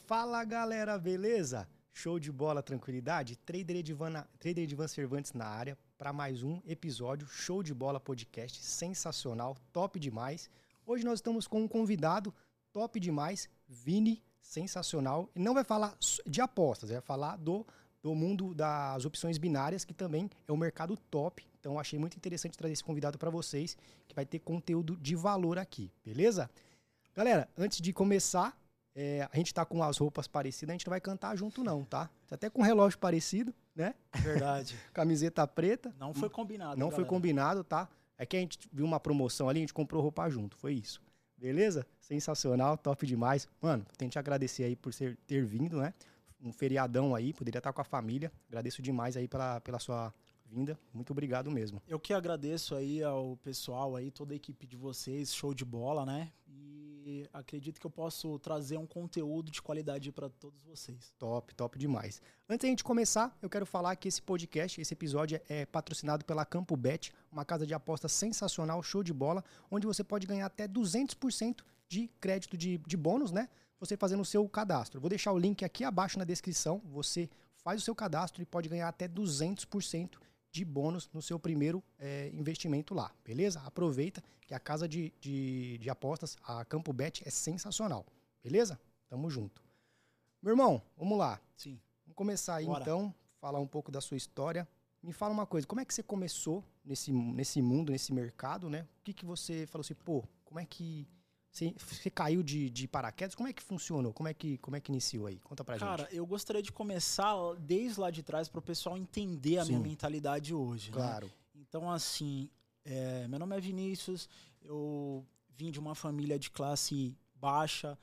Fala galera, beleza? Show de bola, tranquilidade? Trader Edivan Cervantes na área para mais um episódio Show de Bola Podcast, sensacional, top demais. Hoje nós estamos com um convidado top demais, Vini, sensacional. E não vai falar de apostas, vai falar do mundo das opções binárias, que também é um mercado top. Então achei muito interessante trazer esse convidado para vocês, que vai ter conteúdo de valor aqui, beleza? Galera, antes de começar, a gente tá com as roupas parecidas, a gente não vai cantar junto não, tá? Até com um relógio parecido, né? Verdade. Camiseta preta. Não foi combinado, Não, galera. Foi combinado, tá? É que a gente viu uma promoção ali, a gente comprou roupa junto, foi isso. Beleza? Sensacional, top demais. Mano, tenho que te agradecer aí por ter vindo, né? Um feriadão aí, poderia estar com a família. Agradeço demais aí pela sua vinda. Muito obrigado mesmo. Eu que agradeço aí ao pessoal aí, toda a equipe de vocês, show de bola, né? E acredito que eu posso trazer um conteúdo de qualidade para todos vocês. Top demais. Antes da gente começar, eu quero falar que esse podcast, esse episódio é patrocinado pela Campo Bet, uma casa de apostas sensacional, show de bola, onde você pode ganhar até 200% de crédito de bônus, né? Você fazendo o seu cadastro. Eu vou deixar o link aqui abaixo na descrição. Você faz o seu cadastro e pode ganhar até 200% de bônus no seu primeiro investimento lá, beleza? Aproveita que a casa de apostas, a Campo Bet, é sensacional, beleza? Tamo junto. Meu irmão, vamos lá. Sim. Vamos começar aí, então, falar um pouco da sua história. Me fala uma coisa, como é que você começou nesse mundo, nesse mercado, né? O que você falou assim, pô, como é que você caiu de paraquedas? Como é que funcionou? Como é que iniciou aí? Conta pra gente. Cara, eu gostaria de começar desde lá de trás para o pessoal entender a minha mentalidade hoje. Claro. Né? Então, assim, meu nome é Vinícius, eu vim de uma família de classe baixa,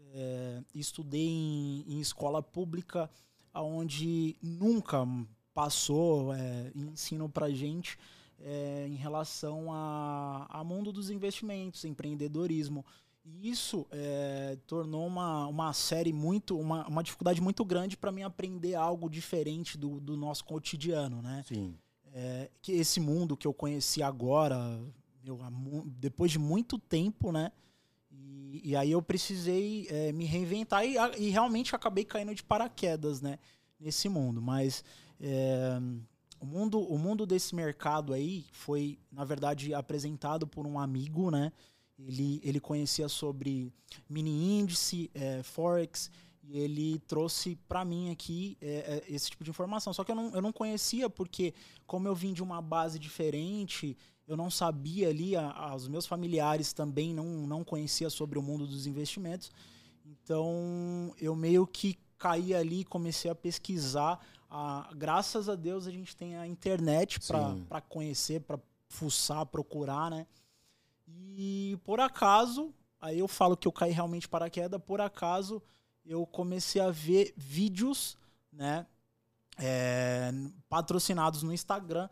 estudei em escola pública, onde nunca passou ensino pra gente em relação a mundo dos investimentos, empreendedorismo. E isso tornou uma série uma dificuldade muito grande para mim aprender algo diferente do nosso cotidiano, né? Sim. Que esse mundo que eu conheci agora, depois de muito tempo, né? E aí eu precisei me reinventar e realmente acabei caindo de paraquedas, né? Nesse mundo. Mas o mundo desse mercado aí foi, na verdade, apresentado por um amigo, né? Ele conhecia sobre mini índice, Forex, e ele trouxe para mim aqui esse tipo de informação. Só que eu não conhecia porque, como eu vim de uma base diferente, eu não sabia ali, os meus familiares também não conheciam sobre o mundo dos investimentos. Então, eu meio que caí ali e comecei a pesquisar. Graças a Deus a gente tem a internet para conhecer, para fuçar, procurar, né? E por acaso, aí eu falo que eu caí realmente de paraquedas, por acaso eu comecei a ver vídeos, né, patrocinados no Instagram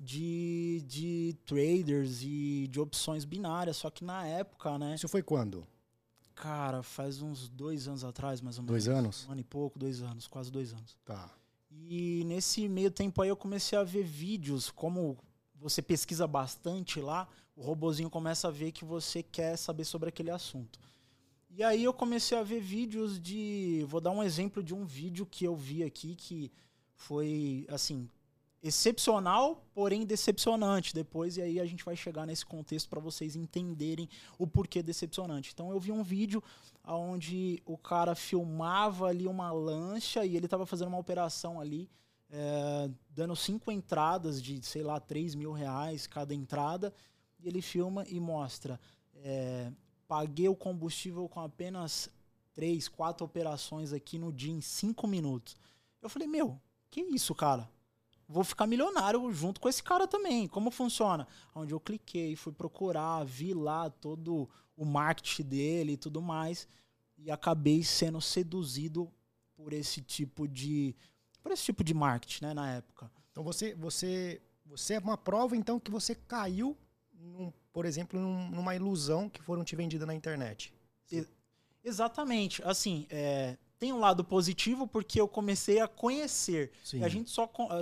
de traders e de opções binárias, só que na época, né... Isso foi quando? Cara, faz uns 2 anos atrás, mais ou menos. 2 anos? 1 ano e pouco, 2 anos, quase 2 anos. Tá. E nesse meio tempo aí eu comecei a ver vídeos, como você pesquisa bastante lá, o robozinho começa a ver que você quer saber sobre aquele assunto. E aí eu comecei a ver vídeos vou dar um exemplo de um vídeo que eu vi aqui que foi, assim, excepcional, porém decepcionante depois, e aí a gente vai chegar nesse contexto para vocês entenderem o porquê decepcionante. Então eu vi um vídeo onde o cara filmava ali uma lancha e ele estava fazendo uma operação ali, dando 5 entradas de, sei lá, R$3.000 cada entrada, e ele filma e mostra, paguei o combustível com apenas 3, 4 operações aqui no dia em 5 minutos. Eu falei, que isso, cara? Vou ficar milionário junto com esse cara também. Como funciona? Onde eu cliquei, fui procurar, vi lá todo o marketing dele e tudo mais, e acabei sendo seduzido por esse tipo de marketing, né, na época. Então você é uma prova, então, que você caiu, por exemplo, numa ilusão que foram te vendida na internet. Exatamente. Assim, tem um lado positivo porque eu comecei a conhecer. Sim. E a gente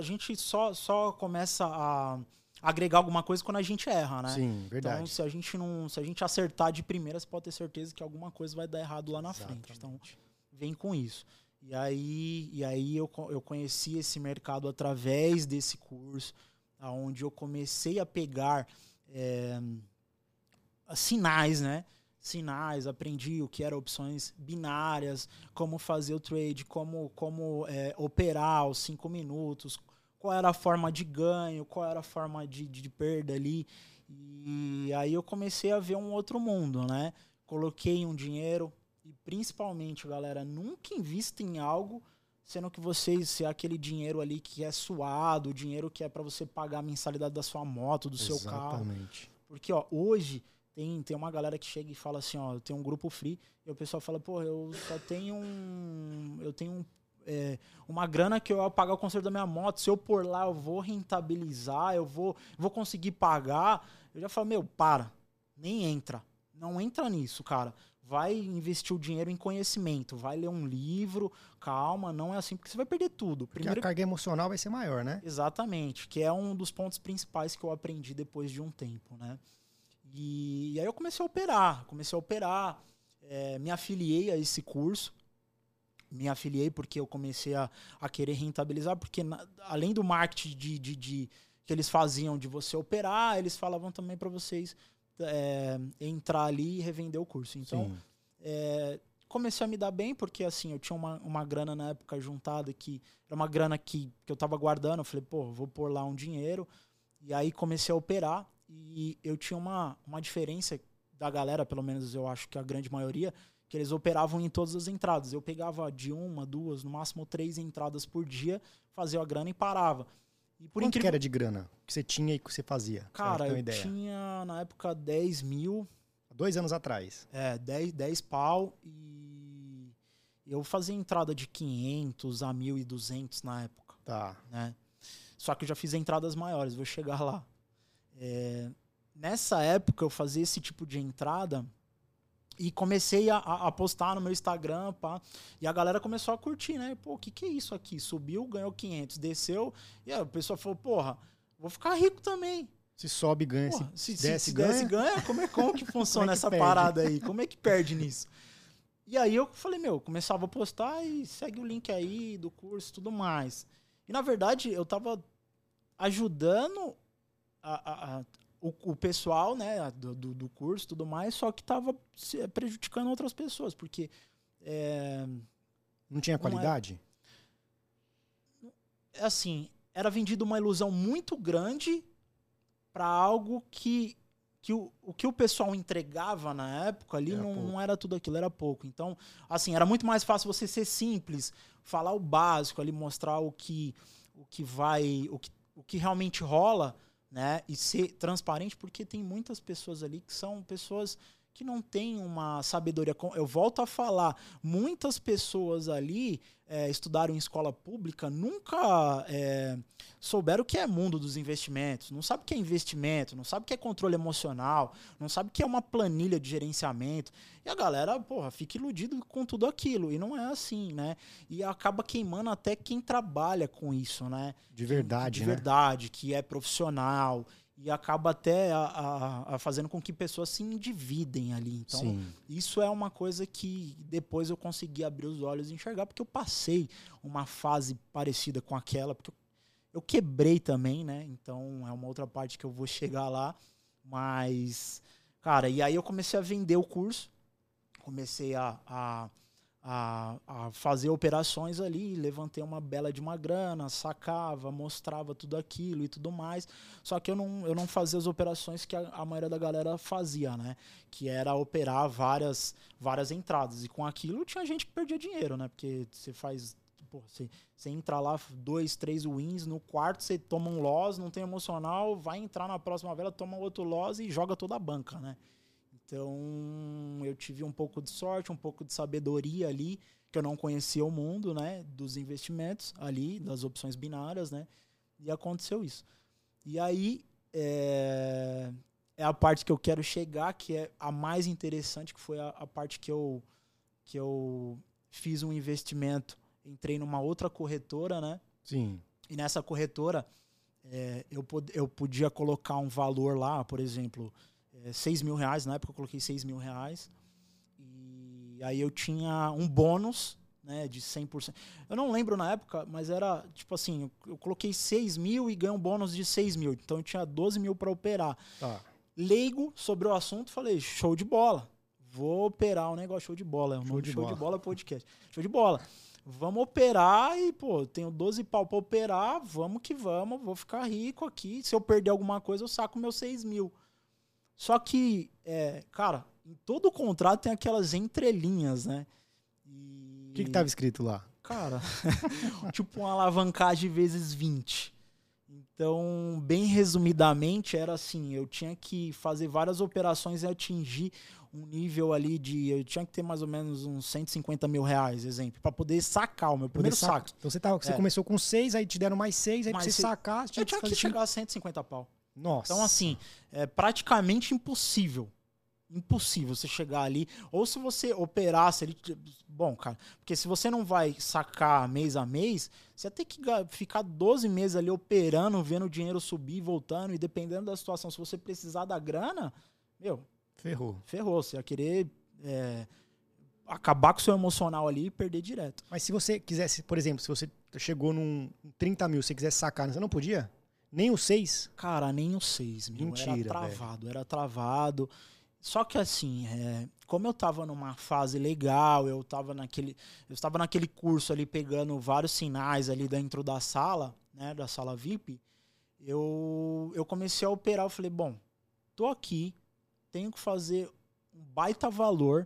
só começa a agregar alguma coisa quando a gente erra, né? Sim, verdade. Então, se a gente acertar de primeira, você pode ter certeza que alguma coisa vai dar errado lá na frente. Então, vem com isso. E aí eu conheci esse mercado através desse curso, onde eu comecei a pegar sinais, né? Sinais, aprendi o que eram opções binárias, como fazer o trade, como operar os 5 minutos, qual era a forma de ganho, qual era a forma de perda ali. E aí eu comecei a ver um outro mundo, né? Coloquei um dinheiro e principalmente, galera, nunca invista em algo sendo que se é aquele dinheiro ali que é suado, o dinheiro que é para você pagar a mensalidade da sua moto, do seu carro. Exatamente. Porque, ó, hoje tem uma galera que chega e fala assim, ó, eu tenho um grupo free, e o pessoal fala, pô, eu só tenho uma grana que eu vou pagar o conserto da minha moto, se eu pôr lá eu vou rentabilizar, eu vou conseguir pagar. Eu já falo, meu, nem entra. Não entra nisso, cara. Vai investir o dinheiro em conhecimento, vai ler um livro, calma, não é assim, porque você vai perder tudo. Porque a carga emocional vai ser maior, né? Exatamente, que é um dos pontos principais que eu aprendi depois de um tempo, né? E aí eu comecei a operar, me afiliei a esse curso, porque eu comecei a querer rentabilizar, porque além do marketing que eles faziam de você operar, eles falavam também para vocês entrar ali e revender o curso. Então, comecei a me dar bem, porque assim, eu tinha uma grana na época juntada, que era uma grana que eu tava guardando. Eu falei, pô, vou pôr lá um dinheiro. E aí comecei a operar. E eu tinha uma diferença da galera, pelo menos eu acho que a grande maioria, que eles operavam em todas as entradas. Eu pegava de 1, 2, no máximo 3 entradas por dia, fazia a grana e parava. E Quanto que era de grana que você tinha e que você fazia? Cara, eu tinha na época 10 mil. 2 anos atrás. 10 pau, e eu fazia entrada de 500 a 1.200 na época. Tá. Né? Só que eu já fiz entradas maiores, vou chegar lá. Nessa época eu fazia esse tipo de entrada e comecei a postar no meu Instagram, pá, e a galera começou a curtir, né? Pô, o que é isso aqui? Subiu, ganhou 500, desceu, e aí o pessoal falou, porra, vou ficar rico também. Se sobe, ganha. Porra, se desce, ganha. Como que funciona essa parada aí? Como é que perde nisso? E aí eu falei, começava a postar e segue o link aí do curso e tudo mais. E na verdade eu tava ajudando o pessoal, né, do curso e tudo mais, só que tava prejudicando outras pessoas, porque... não tinha qualidade? Assim, era vendido uma ilusão muito grande para algo que o que o pessoal entregava na época ali não era tudo aquilo, era pouco. Então, assim, era muito mais fácil você ser simples, falar o básico ali, mostrar o que realmente rola, né? E ser transparente, porque tem muitas pessoas ali que são pessoas que não têm uma sabedoria. Eu volto a falar, muitas pessoas ali estudaram em escola pública, nunca souberam o que é mundo dos investimentos, não sabe o que é investimento, não sabe o que é controle emocional, não sabe o que é uma planilha de gerenciamento. E a galera, porra, fica iludido com tudo aquilo. E não é assim, né? E acaba queimando até quem trabalha com isso, né? De verdade, né? De verdade, que é profissional. E acaba até fazendo com que pessoas se endividem ali. Então, sim, isso é uma coisa que depois eu consegui abrir os olhos e enxergar, porque eu passei uma fase parecida com aquela, porque eu quebrei também, né? Então, é uma outra parte que eu vou chegar lá. Mas, cara, e aí eu comecei a vender o curso, comecei a fazer operações ali, levantei uma bela de uma grana, sacava, mostrava tudo aquilo e tudo mais, só que eu não fazia as operações que a maioria da galera fazia, né, que era operar várias entradas, e com aquilo tinha gente que perdia dinheiro, né, porque você faz, você entra lá 2, 3 wins, no quarto você toma um loss, não tem emocional, vai entrar na próxima vela, toma outro loss e joga toda a banca, né. Então, eu tive um pouco de sorte, um pouco de sabedoria ali, que eu não conhecia o mundo, né, dos investimentos ali, das opções binárias, né, e aconteceu isso. E aí, é a parte que eu quero chegar, que é a mais interessante, que foi a parte que eu fiz um investimento, entrei numa outra corretora, né. Sim. E nessa corretora, eu podia colocar um valor lá, por exemplo... R$6.000, na época eu coloquei R$6.000, e aí eu tinha um bônus né, de 100%. Eu não lembro na época, mas era tipo assim, eu coloquei 6 mil e ganhei um bônus de 6 mil. Então eu tinha 12 mil para operar. Tá. Leigo sobre o assunto, falei, show de bola. Vou operar um negócio, show de bola. É o nome Show de Bola Podcast. Show de bola. Vamos operar e, pô, tenho 12 pau pra operar, vamos que vamos, vou ficar rico aqui. Se eu perder alguma coisa, eu saco meus 6 mil. Só que, cara, em todo o contrato tem aquelas entrelinhas, né? O que tava escrito lá? Cara, tipo uma alavancagem vezes 20. Então, bem resumidamente, era assim, eu tinha que fazer várias operações e atingir um nível ali de... Eu tinha que ter mais ou menos uns 150 mil reais, exemplo, para poder sacar o meu primeiro saque. Então você começou com 6, aí te deram mais 6, aí pra você sacar... Eu tinha que chegar a 150 pau. Nossa. Então, assim, é praticamente impossível. Impossível você chegar ali. Ou se você operasse ali... Bom, cara, porque se você não vai sacar mês a mês, você vai ter que ficar 12 meses ali operando, vendo o dinheiro subir e voltando. E dependendo da situação, se você precisar da grana, meu... Ferrou. Você ia querer acabar com o seu emocional ali e perder direto. Mas se você quisesse, por exemplo, se você chegou num 30 mil, você quisesse sacar, você não podia? Nem o 6? Cara, nem o 6. Mentira, Era travado. Só que assim, como eu tava numa fase legal, eu estava naquele curso ali pegando vários sinais ali dentro da sala, né, da sala VIP, eu comecei a operar, eu falei, bom, tô aqui, tenho que fazer um baita valor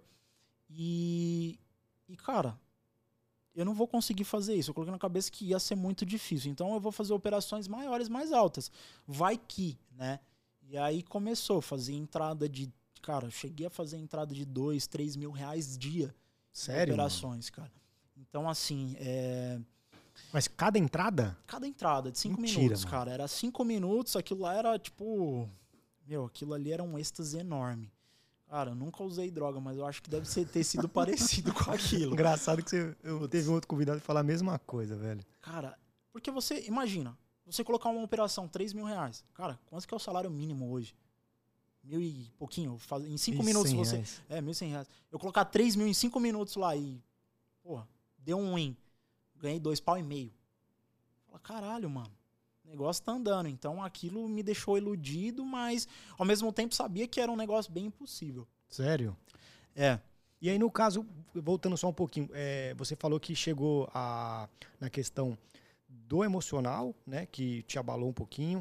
e cara, eu não vou conseguir fazer isso. Eu coloquei na cabeça que ia ser muito difícil. Então eu vou fazer operações maiores, mais altas. Vai que, né? E aí começou a fazer entrada de... Cara, eu cheguei a fazer entrada de 2, 3 mil reais dia. Sério? Operações, cara. Então, assim, Mas cada entrada? Cada entrada, de 5 minutos, mano. Cara. Era 5 minutos, aquilo lá era tipo... aquilo ali era um êxtase enorme. Cara, eu nunca usei droga, mas eu acho que deve ter sido parecido com aquilo. Engraçado que eu teve um outro convidado que falar a mesma coisa, velho. Cara, porque você, imagina, você colocar uma operação 3 mil reais. Cara, quanto que é o salário mínimo hoje? 1.000 e pouquinho. Em 5 minutos você... Reais. 1.100 reais. Eu colocar 3 mil em 5 minutos lá e... Porra, deu um win. Ganhei 2,5 pau. Fala, caralho, mano. O negócio tá andando. Então aquilo me deixou iludido, mas ao mesmo tempo sabia que era um negócio bem impossível. Sério? E aí, no caso, voltando só um pouquinho, você falou que chegou na questão do emocional, né? Que te abalou um pouquinho.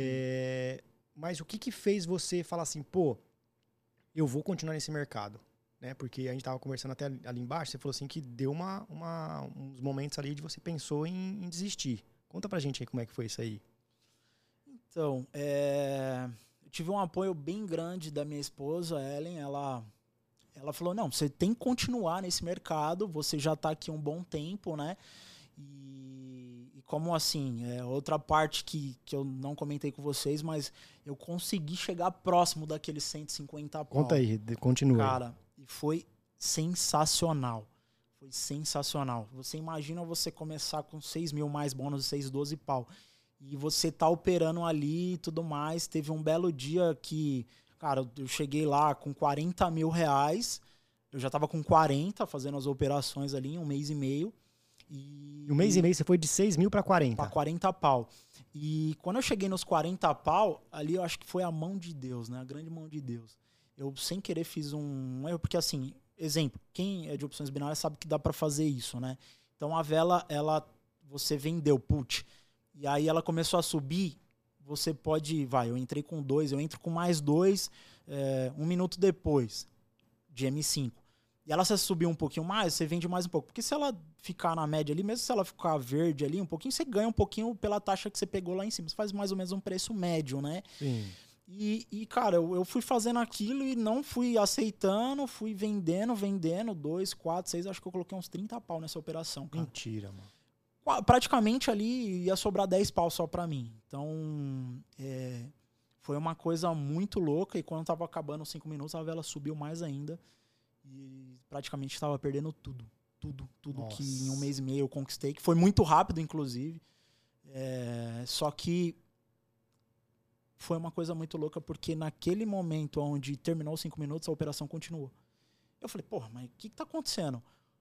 Mas o que fez você falar assim, pô, eu vou continuar nesse mercado? Né? Porque a gente tava conversando até ali embaixo, você falou assim que deu uns momentos ali de você pensou em desistir. Conta pra gente aí como é que foi isso aí. Então, eu tive um apoio bem grande da minha esposa, a Ellen. Ela falou, não, você tem que continuar nesse mercado, você já tá aqui um bom tempo, né? E como assim, outra parte que eu não comentei com vocês, mas eu consegui chegar próximo daqueles 150 pau. Conta aí, continua. Cara, e foi sensacional. Foi sensacional. Você imagina você começar com 6 mil mais bônus, 6,12 pau. E você tá operando ali e tudo mais. Teve um belo dia que, cara, eu cheguei lá com 40 mil reais. Eu já tava com 40 fazendo as operações ali em 1 mês e meio. E 1 mês e meio você foi de 6 mil para 40? Pra 40 pau. E quando eu cheguei nos 40 pau, ali eu acho que foi a mão de Deus, né? A grande mão de Deus. Eu, sem querer, fiz um erro, porque assim, exemplo, quem é de opções binárias sabe que dá para fazer isso, né? Então a vela, você vendeu put, e aí ela começou a subir, você pode, eu entrei com 2, eu entro com mais 2, 1 minuto depois de M5. E ela se subir um pouquinho mais, você vende mais um pouco. Porque se ela ficar na média ali, mesmo se ela ficar verde ali um pouquinho, você ganha um pouquinho pela taxa que você pegou lá em cima. Você faz mais ou menos um preço médio, né? Sim. E cara, eu fui fazendo aquilo e não fui aceitando, fui vendendo, 2, 4, 6, acho que eu coloquei uns 30 pau nessa operação, cara. Mentira, mano. Praticamente ali ia sobrar 10 pau só pra mim. Então, foi uma coisa muito louca. E quando tava acabando os 5 minutos, a vela subiu mais ainda. E praticamente estava perdendo tudo. Tudo que em 1 mês e meio eu conquistei. Que foi muito rápido, inclusive. Só que foi uma coisa muito louca, porque naquele momento onde terminou os 5 minutos, a operação continuou. Eu falei, porra, mas o que tá acontecendo?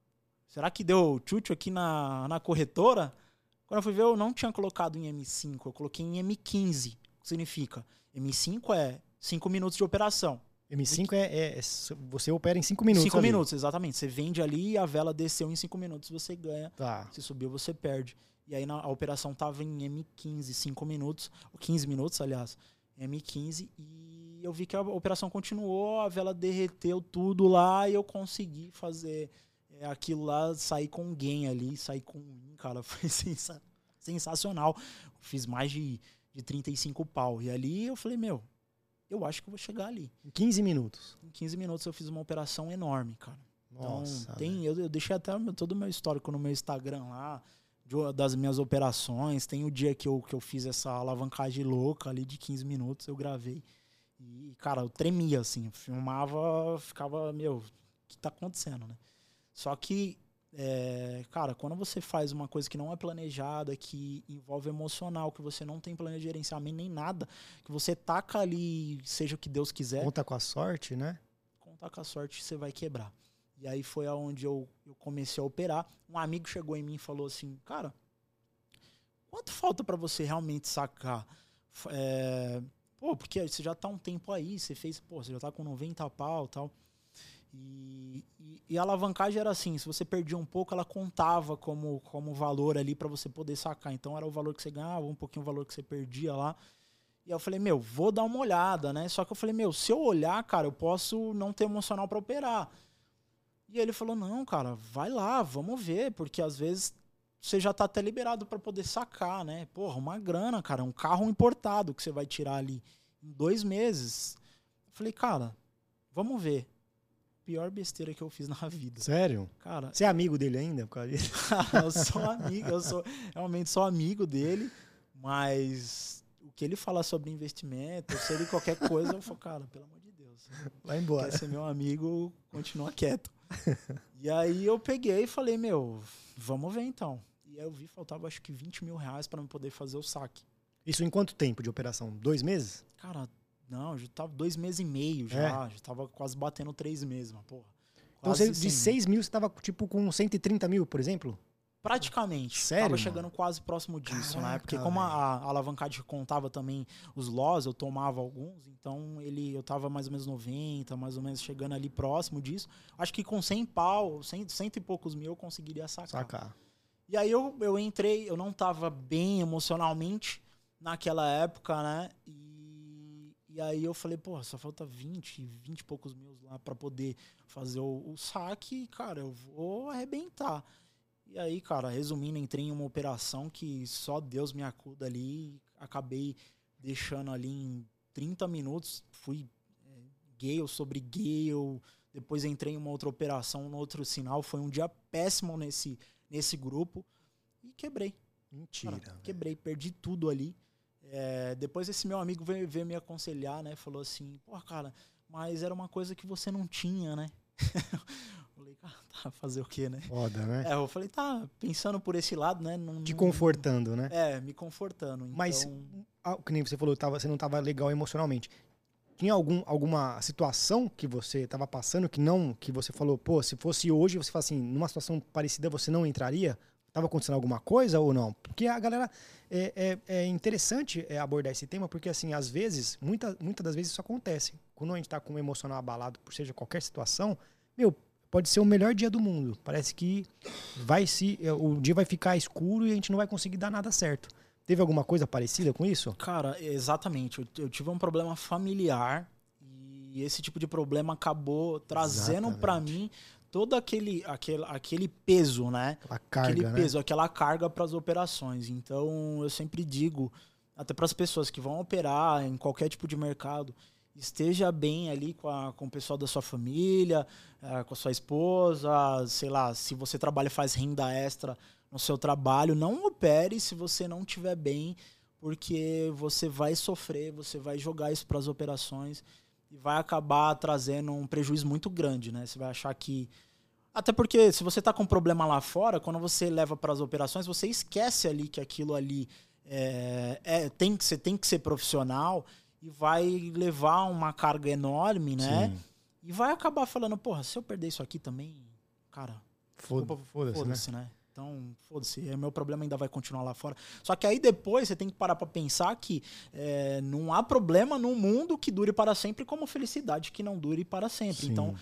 será que deu tchutchu aqui na corretora? Quando eu fui ver, eu não tinha colocado em M5, eu coloquei em M15. O que significa? M5 é 5 minutos de operação. M5 você opera em 5 minutos. 5 minutos, exatamente. Você vende ali, a vela desceu em 5 minutos, você ganha. Tá. Se subiu, você perde. E aí a operação tava em M15, 5 minutos, ou 15 minutos, aliás, M15, e eu vi que a operação continuou, a vela derreteu tudo lá e eu consegui fazer aquilo lá, sair com um gain ali, sair com um, cara, foi sensacional. Fiz mais de 35 pau. E ali eu falei, eu acho que eu vou chegar ali. Em 15 minutos? Em 15 minutos eu fiz uma operação enorme, cara. Nossa. Então, eu deixei até todo o meu histórico no meu Instagram lá, das minhas operações. Tem o dia que eu fiz essa alavancagem louca ali de 15 minutos, eu gravei. E, cara, eu tremia, assim. Eu filmava, ficava, o que tá acontecendo, né? Só que, cara, quando você faz uma coisa que não é planejada, que envolve emocional, que você não tem plano de gerenciamento nem nada, que você taca ali, seja o que Deus quiser. Conta com a sorte, né? Contar com a sorte, você vai quebrar. E aí foi aonde eu comecei a operar. Um amigo chegou em mim e falou assim, cara, quanto falta pra você realmente sacar? Porque você já tá um tempo aí, você já tá com 90 pau e tal. E a alavancagem era assim, se você perdia um pouco, ela contava como valor ali pra você poder sacar. Então era o valor que você ganhava, um pouquinho o valor que você perdia lá. E aí eu falei, vou dar uma olhada, né? Só que eu falei, se eu olhar, cara, eu posso não ter emocional pra operar. E ele falou, não, cara, vai lá, vamos ver, porque às vezes você já tá até liberado pra poder sacar, né? Porra, uma grana, cara, um carro importado que você vai tirar ali em 2 meses. Eu falei, cara, vamos ver. Pior besteira que eu fiz na vida. Sério? Cara, você é amigo dele ainda por causa disso? eu sou amigo, realmente sou amigo dele, mas o que ele fala sobre investimento, se ele qualquer coisa, eu falo, cara, pelo amor de Deus. Vai embora. Quer ser meu amigo, continua quieto. E aí eu peguei e falei, vamos ver então. E aí eu vi, faltava acho que 20 mil reais para eu poder fazer o saque. Isso em quanto tempo de operação? 2 meses? Cara, não, já tava 2 meses e meio já tava quase batendo 3 meses, mas porra. Então de 6 mil você tava tipo com 130 mil, por exemplo? Praticamente. Sério, tava mano? chegando quase próximo disso, Caraca, né? Porque como a alavancagem contava também os loss, eu tomava alguns, então eu tava mais ou menos 90, mais ou menos chegando ali próximo disso. Acho que com 100 pau, 100 e poucos mil eu conseguiria sacar. E aí eu entrei, eu não tava bem emocionalmente naquela época, né? E aí eu falei, só falta 20 e poucos mil lá pra poder fazer o saque, cara, eu vou arrebentar. E aí, cara, resumindo, entrei em uma operação que só Deus me acuda ali. Acabei deixando ali em 30 minutos. Fui Gale sobre Gale. Depois entrei em uma outra operação, no outro sinal. Foi um dia péssimo nesse grupo. E quebrei. Mentira. Cara, quebrei, perdi tudo ali. Depois esse meu amigo veio me aconselhar, né? Falou assim, cara, mas era uma coisa que você não tinha, né? Falei, tá, fazer o quê, né? Foda, né? Eu falei, tá, pensando por esse lado, né? Te confortando, né? Me confortando. Então... Mas, que nem você falou, você não tava legal emocionalmente. Tinha alguma situação que você tava passando que você falou, se fosse hoje, você fala assim, numa situação parecida você não entraria? Tava acontecendo alguma coisa ou não? Porque a galera, é interessante abordar esse tema, porque assim, às vezes, muitas das vezes isso acontece. Quando a gente tá com o emocional abalado, por seja qualquer situação, pode ser o melhor dia do mundo. Parece que o dia vai ficar escuro e a gente não vai conseguir dar nada certo. Teve alguma coisa parecida com isso? Cara, exatamente. Eu tive um problema familiar e esse tipo de problema acabou trazendo pra mim todo aquele peso, né? Aquela carga, aquela carga para as operações. Então, eu sempre digo, até para as pessoas que vão operar em qualquer tipo de mercado, esteja bem ali com o pessoal da sua família, com a sua esposa, sei lá, se você trabalha e faz renda extra no seu trabalho, não opere se você não estiver bem, porque você vai sofrer, você vai jogar isso para as operações e vai acabar trazendo um prejuízo muito grande, né? Você vai achar que... Até porque se você tá com um problema lá fora, quando você leva para as operações, você esquece ali que aquilo ali você tem que ser profissional e vai levar uma carga enorme, né? Sim. E vai acabar falando, se eu perder isso aqui também, cara... Foda-se, né? Então, foda-se, meu problema ainda vai continuar lá fora. Só que aí depois você tem que parar pra pensar que não há problema no mundo que dure para sempre como felicidade que não dure para sempre. Sim. Então,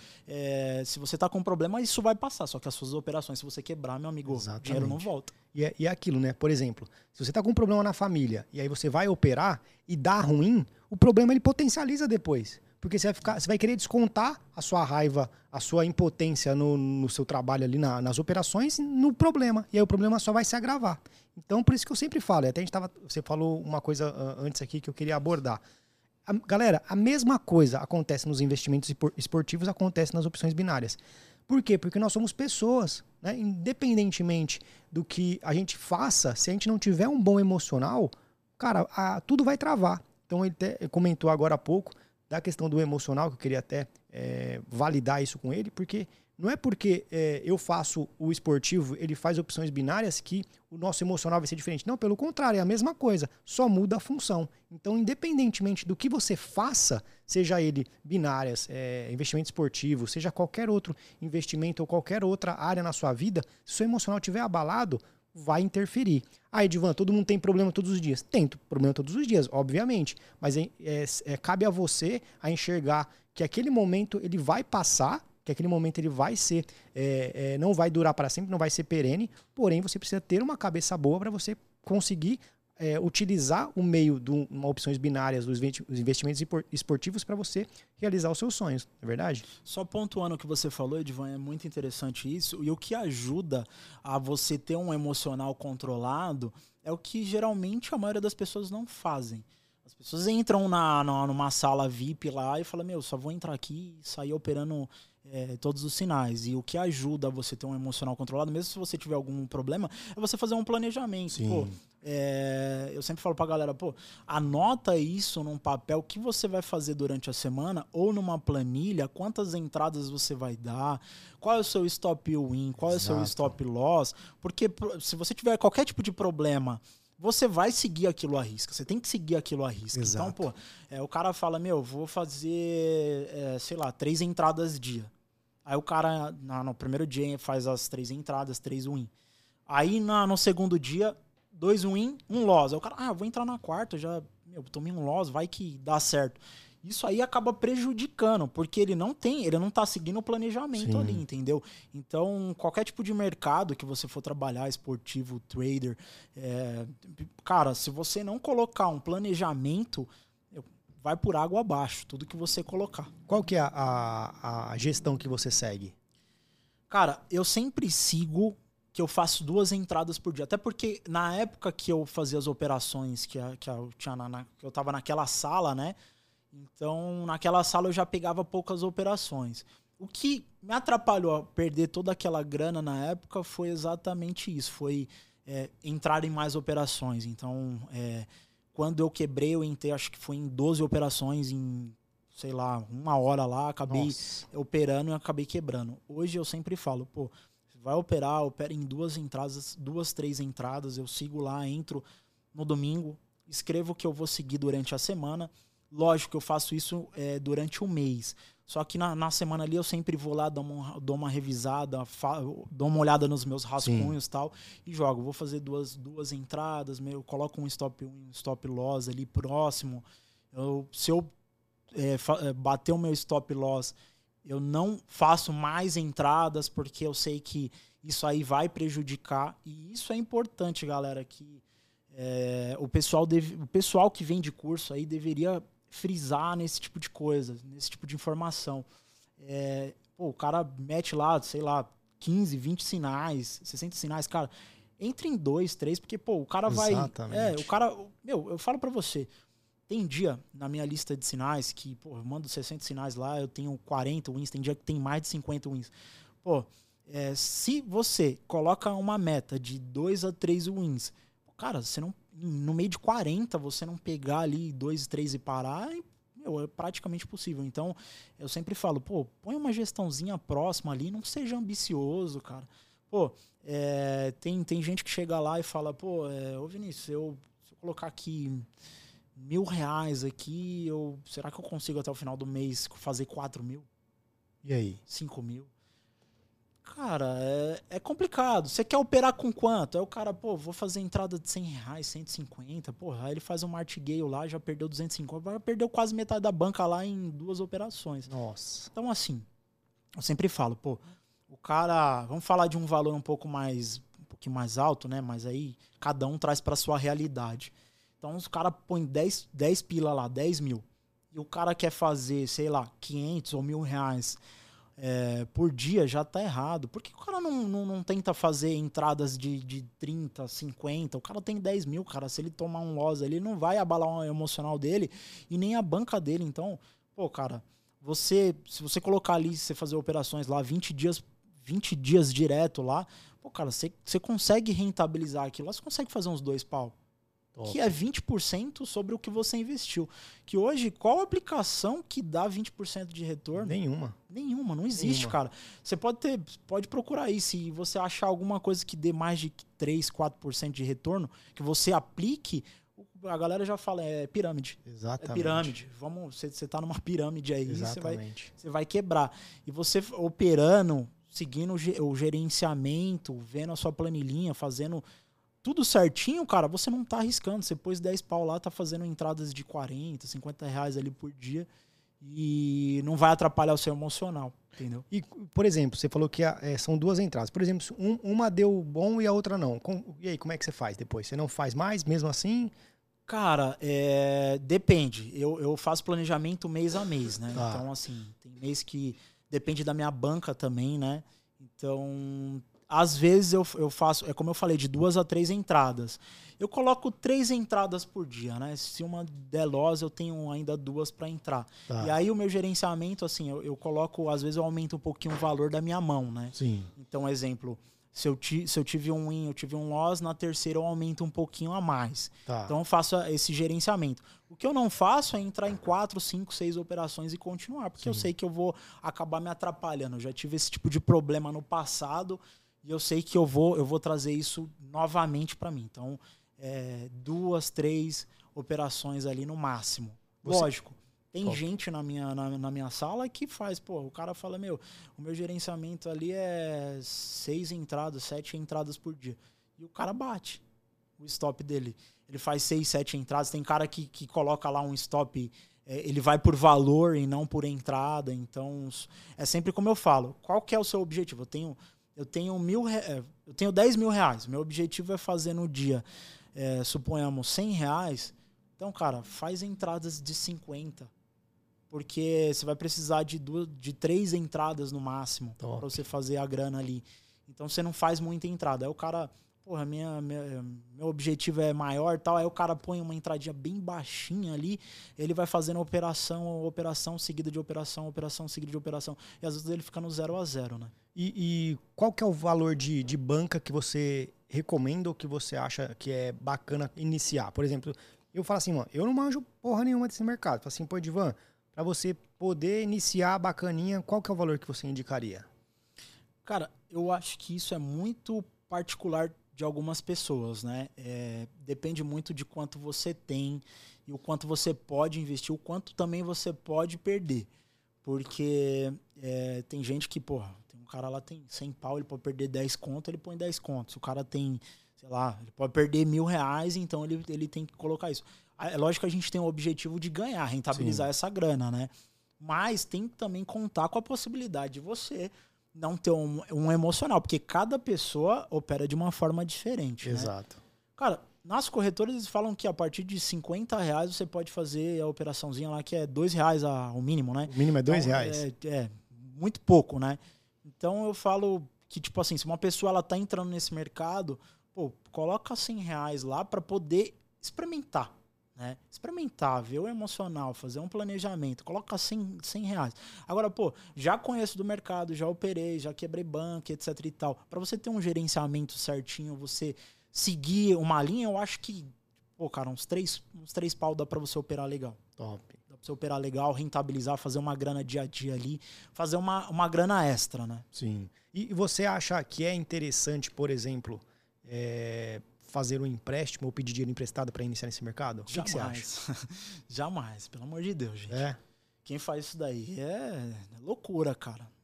se você tá com um problema, isso vai passar. Só que as suas operações, se você quebrar, meu amigo, o dinheiro não volta. E é aquilo, né? Por exemplo, se você tá com um problema na família e aí você vai operar e dá ruim, o problema ele potencializa depois. Porque você vai querer descontar a sua raiva, a sua impotência no seu trabalho ali, nas operações, no problema. E aí o problema só vai se agravar. Então, por isso que eu sempre falo, e até você falou uma coisa antes aqui que eu queria abordar. Galera, a mesma coisa acontece nos investimentos esportivos, acontece nas opções binárias. Por quê? Porque nós somos pessoas, né? Independentemente do que a gente faça, se a gente não tiver um bom emocional, cara, tudo vai travar. Então, ele comentou agora há pouco da questão do emocional, que eu queria até validar isso com ele, porque não é porque eu faço o esportivo, ele faz opções binárias, que o nosso emocional vai ser diferente. Não, pelo contrário, é a mesma coisa, só muda a função. Então, independentemente do que você faça, seja ele binárias, investimento esportivo, seja qualquer outro investimento ou qualquer outra área na sua vida, se o seu emocional estiver abalado, vai interferir. Edivan, todo mundo tem problema todos os dias. Tem problema todos os dias, obviamente. Mas cabe a você a enxergar que aquele momento ele vai passar, que aquele momento ele vai ser, não vai durar para sempre, não vai ser perene, porém você precisa ter uma cabeça boa para você conseguir utilizar o meio de opções binárias dos investimentos esportivos para você realizar os seus sonhos, não é verdade? Só pontuando o que você falou, Edivan, é muito interessante isso, e o que ajuda a você ter um emocional controlado é o que geralmente a maioria das pessoas não fazem. As pessoas entram numa sala VIP lá e falam, só vou entrar aqui e sair operando todos os sinais. E o que ajuda a você ter um emocional controlado, mesmo se você tiver algum problema, é você fazer um planejamento. Sim. Eu sempre falo pra galera, anota isso num papel, o que você vai fazer durante a semana, ou numa planilha, quantas entradas você vai dar, qual é o seu stop win, qual é o seu stop loss, porque se você tiver qualquer tipo de problema, você vai seguir aquilo à risca. Você tem que seguir aquilo à risca. Exato. Então, o cara fala, vou fazer, 3 entradas dia. Aí o cara, no primeiro dia, faz as 3 entradas, 3 win. Aí, no segundo dia, 2 win, 1 loss. Aí o cara, vou entrar na quarta, já tomei um loss, vai que dá certo. Isso aí acaba prejudicando, porque ele não tá seguindo o planejamento. Sim. Ali, entendeu? Então, qualquer tipo de mercado que você for trabalhar, esportivo, trader, cara, se você não colocar um planejamento, vai por água abaixo, tudo que você colocar. Qual que é a gestão que você segue? Cara, eu sempre sigo que eu faço 2 entradas por dia. Até porque na época que eu fazia as operações, que eu tava naquela sala, né? Então, naquela sala eu já pegava poucas operações. O que me atrapalhou a perder toda aquela grana na época foi exatamente isso. Foi entrar em mais operações. Então, quando eu quebrei, eu entrei, acho que foi em 12 operações em, 1 hora lá. Acabei operando e acabei quebrando. Hoje eu sempre falo, vai operar, opera em 2 entradas, 2, 3 entradas. Eu sigo lá, entro no domingo, escrevo o que eu vou seguir durante a semana. Lógico que eu faço isso durante um mês. Só que na semana ali eu sempre vou lá, dou uma revisada, dou uma olhada nos meus rascunhos e tal, e jogo. Vou fazer duas entradas, eu coloco um stop loss ali próximo. Se eu bater o meu stop loss, eu não faço mais entradas, porque eu sei que isso aí vai prejudicar. E isso é importante, galera, que o pessoal que vem de curso aí deveria frisar nesse tipo de coisa, nesse tipo de informação. O cara mete lá, 15, 20 sinais, 60 sinais, cara, entre em 2, 3, porque, o cara vai... Exatamente. O cara... eu falo pra você, tem dia na minha lista de sinais que, eu mando 60 sinais lá, eu tenho 40 wins, tem dia que tem mais de 50 wins. Se você coloca uma meta de 2 a 3 wins, cara, você não, no meio de 40, você não pegar ali 2, 3 e parar, é praticamente possível. Então, eu sempre falo, põe uma gestãozinha próxima ali, não seja ambicioso, cara. Tem gente que chega lá e fala, ô Vinícius, se eu colocar aqui R$1.000 aqui, será que eu consigo até o final do mês fazer 4 mil? E aí? 5 mil? Cara, é complicado. Você quer operar com quanto? Aí o cara, pô, vou fazer entrada de R$100, 150. Porra, aí ele faz um martingale lá, já perdeu 250. Já perdeu quase metade da banca lá em 2 operações. Nossa. Então, assim, eu sempre falo, pô, o cara... Vamos falar de um valor um pouquinho mais alto, né? Mas aí cada um traz pra sua realidade. Então, os caras põem 10 pila lá, 10 mil. E o cara quer fazer, sei lá, 500 ou R$1.000 por dia, já tá errado. Por que o cara não tenta fazer entradas de 30, 50? O cara tem 10 mil, cara. Se ele tomar um loss ali, ele não vai abalar o emocional dele e nem a banca dele. Então, pô, cara, se você colocar ali, você fazer operações lá 20 dias direto lá, pô, cara, você consegue rentabilizar aquilo lá, você consegue fazer uns 2 pau. Top. Que é 20% sobre o que você investiu. Que hoje, qual aplicação que dá 20% de retorno? Nenhuma, não existe, Nenhuma. cara. Você pode procurar aí, se você achar alguma coisa que dê mais de 3, 4% de retorno, que você aplique, a galera já fala, é pirâmide. Exatamente. É pirâmide. Você tá numa pirâmide aí, Exatamente. você vai quebrar. E você operando, seguindo o gerenciamento, vendo a sua planilhinha, fazendo tudo certinho, cara, você não tá arriscando. Você pôs 10 pau lá, tá fazendo entradas de 40, 50 reais ali por dia e não vai atrapalhar o seu emocional, entendeu? E, por exemplo, você falou que são 2 entradas. Por exemplo, uma deu bom e a outra não. E aí, como é que você faz depois? Você não faz mais mesmo assim? Cara, depende. Eu faço planejamento mês a mês, né? Ah. Então, assim, tem mês que depende da minha banca também, né? Então, às vezes eu faço, como eu falei, de 2 a 3 entradas. Eu coloco 3 entradas por dia, né? Se uma der loss, eu tenho ainda 2 para entrar. Tá. E aí o meu gerenciamento, assim, eu coloco, às vezes eu aumento um pouquinho o valor da minha mão, né? Sim. Então, exemplo, se eu tive um win, eu tive um loss, na terceira eu aumento um pouquinho a mais. Tá. Então eu faço esse gerenciamento. O que eu não faço é entrar em 4, 5, 6 operações e continuar, porque eu sei que eu vou acabar me atrapalhando. Eu já tive esse tipo de problema no passado e eu sei que eu vou trazer isso novamente para mim. Então, 2, 3 operações ali no máximo. Lógico. Tem gente na minha sala que faz, pô, o cara fala, o meu gerenciamento ali é 6 entradas, 7 entradas por dia. E o cara bate o stop dele. Ele faz 6, 7 entradas. Tem cara que coloca lá um stop, ele vai por valor e não por entrada. Então, é sempre como eu falo, qual que é o seu objetivo? Eu tenho 10 mil reais. Meu objetivo é fazer no dia, suponhamos, 100 reais. Então, cara, faz entradas de 50. Porque você vai precisar de 3 entradas no máximo para você fazer a grana ali. Então você não faz muita entrada. Aí o cara, porra, meu objetivo é maior e tal. Aí o cara põe uma entradinha bem baixinha ali. Ele vai fazendo operação seguida de operação seguida de operação. E às vezes ele fica no 0 a 0, né? E qual que é o valor de banca que você recomenda ou que você acha que é bacana iniciar? Por exemplo, eu falo assim, mano, eu não manjo porra nenhuma desse mercado. Falo assim, pô, Edivan, para você poder iniciar bacaninha, qual que é o valor que você indicaria? Cara, eu acho que isso é muito particular de algumas pessoas, né? Depende muito de quanto você tem e o quanto você pode investir, o quanto também você pode perder. Porque tem gente que, porra, tem um cara lá tem 100 pau, ele pode perder 10 conto, ele põe 10 contos. O cara tem, sei lá, ele pode perder R$1.000, então ele tem que colocar isso. É lógico que a gente tem o objetivo de ganhar, rentabilizar essa grana, né? Mas tem que também contar com a possibilidade de você não ter um emocional, porque cada pessoa opera de uma forma diferente. Exato. Né? Cara, nas corretoras eles falam que a partir de R$50 você pode fazer a operaçãozinha lá, que é R$2 o mínimo, né? O mínimo é R$2? É muito pouco, né? Então eu falo que, tipo assim, se uma pessoa ela tá entrando nesse mercado, pô, coloca R$100 lá para poder experimentar. Né? Experimentar, ver o emocional, fazer um planejamento, coloca R$100. Agora, pô, já conheço do mercado, já operei, já quebrei banca, etc e tal. Para você ter um gerenciamento certinho, você seguir uma linha, eu acho que, pô, cara, uns 3 pau dá para você operar legal. Top. Dá pra você operar legal, rentabilizar, fazer uma grana dia a dia ali, fazer uma grana extra, né? Sim. E você acha que é interessante, por exemplo, fazer um empréstimo ou pedir dinheiro emprestado para iniciar nesse mercado? O que você acha? Jamais, pelo amor de Deus, gente. É? Quem faz isso daí é loucura, cara.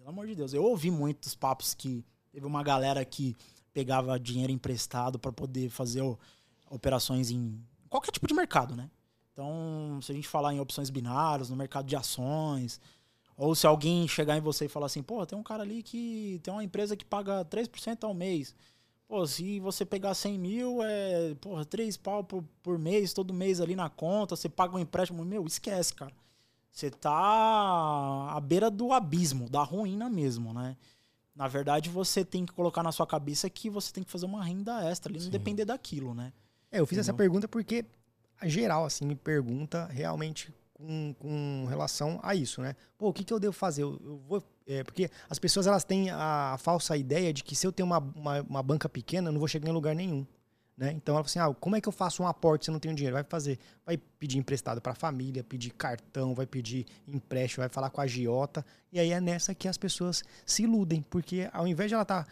Pelo amor de Deus. Eu ouvi muitos papos que teve uma galera que pegava dinheiro emprestado para poder fazer operações em qualquer tipo de mercado, né? Então, se a gente falar em opções binárias, no mercado de ações, ou se alguém chegar em você e falar assim, pô, tem um cara ali que tem uma empresa que paga 3% ao mês. Pô, se você pegar 100 mil, 3 pau por mês, todo mês ali na conta, você paga um empréstimo. Meu, esquece, cara. Você tá à beira do abismo, da ruína mesmo, né? Na verdade, você tem que colocar na sua cabeça que você tem que fazer uma renda extra ali, não depender daquilo, né? Eu fiz essa pergunta porque, a geral, assim, me pergunta realmente com relação a isso, né? Pô, o que eu devo fazer? Eu vou... porque as pessoas, elas têm a falsa ideia de que se eu tenho uma banca pequena, eu não vou chegar em lugar nenhum. Né? Então ela fala assim, como é que eu faço um aporte se eu não tenho dinheiro? Vai pedir emprestado para a família, pedir cartão, vai pedir empréstimo, vai falar com a agiota. E aí é nessa que as pessoas se iludem, porque ao invés de ela estar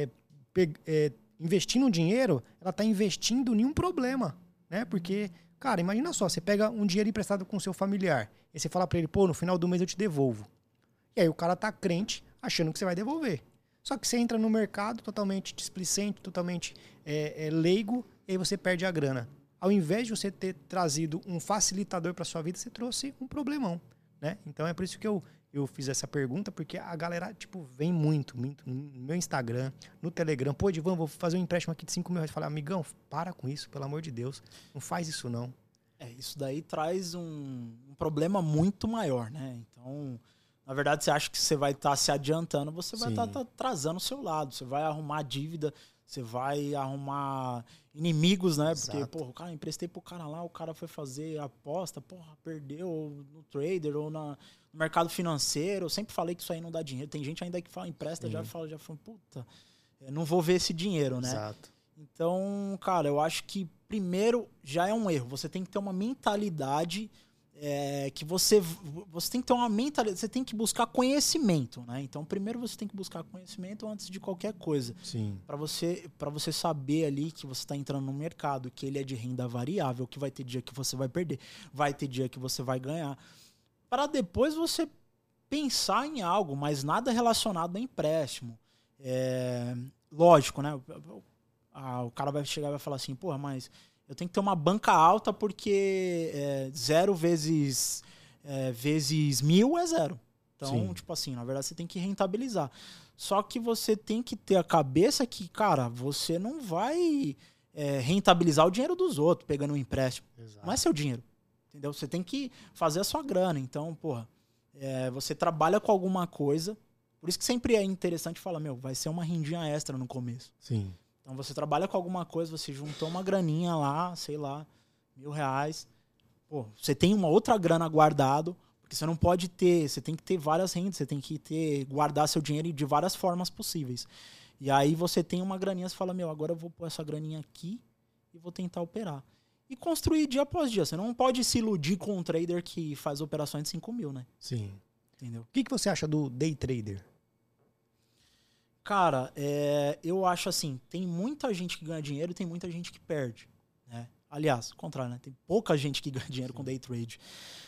investindo dinheiro, ela está investindo em um problema, né? Porque, cara, imagina só, você pega um dinheiro emprestado com o seu familiar, e você fala para ele, pô, no final do mês eu te devolvo. E aí o cara tá crente, achando que você vai devolver. Só que você entra no mercado totalmente displicente, totalmente leigo, e aí você perde a grana. Ao invés de você ter trazido um facilitador para sua vida, você trouxe um problemão, né? Então é por isso que eu fiz essa pergunta, porque a galera, tipo, vem muito no meu Instagram, no Telegram. Pô, Divan, vou fazer um empréstimo aqui de 5 mil reais. Fala, amigão, para com isso, pelo amor de Deus. Não faz isso, não. Isso daí traz um problema muito maior, né? Então... Na verdade, você acha que você vai estar se adiantando, você vai estar atrasando o seu lado. Você vai arrumar dívida, você vai arrumar inimigos, né? Porque, eu emprestei pro cara lá, o cara foi fazer aposta, perdeu no trader ou no mercado financeiro. Eu sempre falei que isso aí não dá dinheiro. Tem gente ainda que fala, empresta, já fala, puta, não vou ver esse dinheiro, né? Exato. Então, cara, eu acho que primeiro já é um erro. Você tem que ter uma mentalidade... que você tem que ter uma mentalidade, você tem que buscar conhecimento, né? Então, primeiro você tem que buscar conhecimento antes de qualquer coisa. Sim. Para você saber ali que você está entrando no mercado, que ele é de renda variável, que vai ter dia que você vai perder, vai ter dia que você vai ganhar. Para depois você pensar em algo, mas nada relacionado a empréstimo. Lógico, né? O cara vai chegar e vai falar assim, porra, mas... eu tenho que ter uma banca alta porque 0 vezes 1.000 é 0. Então, Sim. tipo assim, na verdade você tem que rentabilizar. Só que você tem que ter a cabeça que, cara, você não vai rentabilizar o dinheiro dos outros pegando um empréstimo. Exato. Não é seu dinheiro, entendeu? Você tem que fazer a sua grana. Então, porra, você trabalha com alguma coisa. Por isso que sempre é interessante falar, vai ser uma rendinha extra no começo. Sim. Então você trabalha com alguma coisa, você juntou uma graninha lá, sei lá, R$1.000. Pô, você tem uma outra grana guardado, porque você não pode ter, você tem que ter várias rendas, você tem que guardar seu dinheiro de várias formas possíveis. E aí você tem uma graninha, você fala, agora eu vou pôr essa graninha aqui e vou tentar operar. E construir dia após dia. Você não pode se iludir com um trader que faz operações de 5 mil, né? Sim. Entendeu? O que você acha do day trader? Cara, eu acho assim, tem muita gente que ganha dinheiro e tem muita gente que perde, né? Aliás, ao contrário, né? Tem pouca gente que ganha dinheiro com day trade.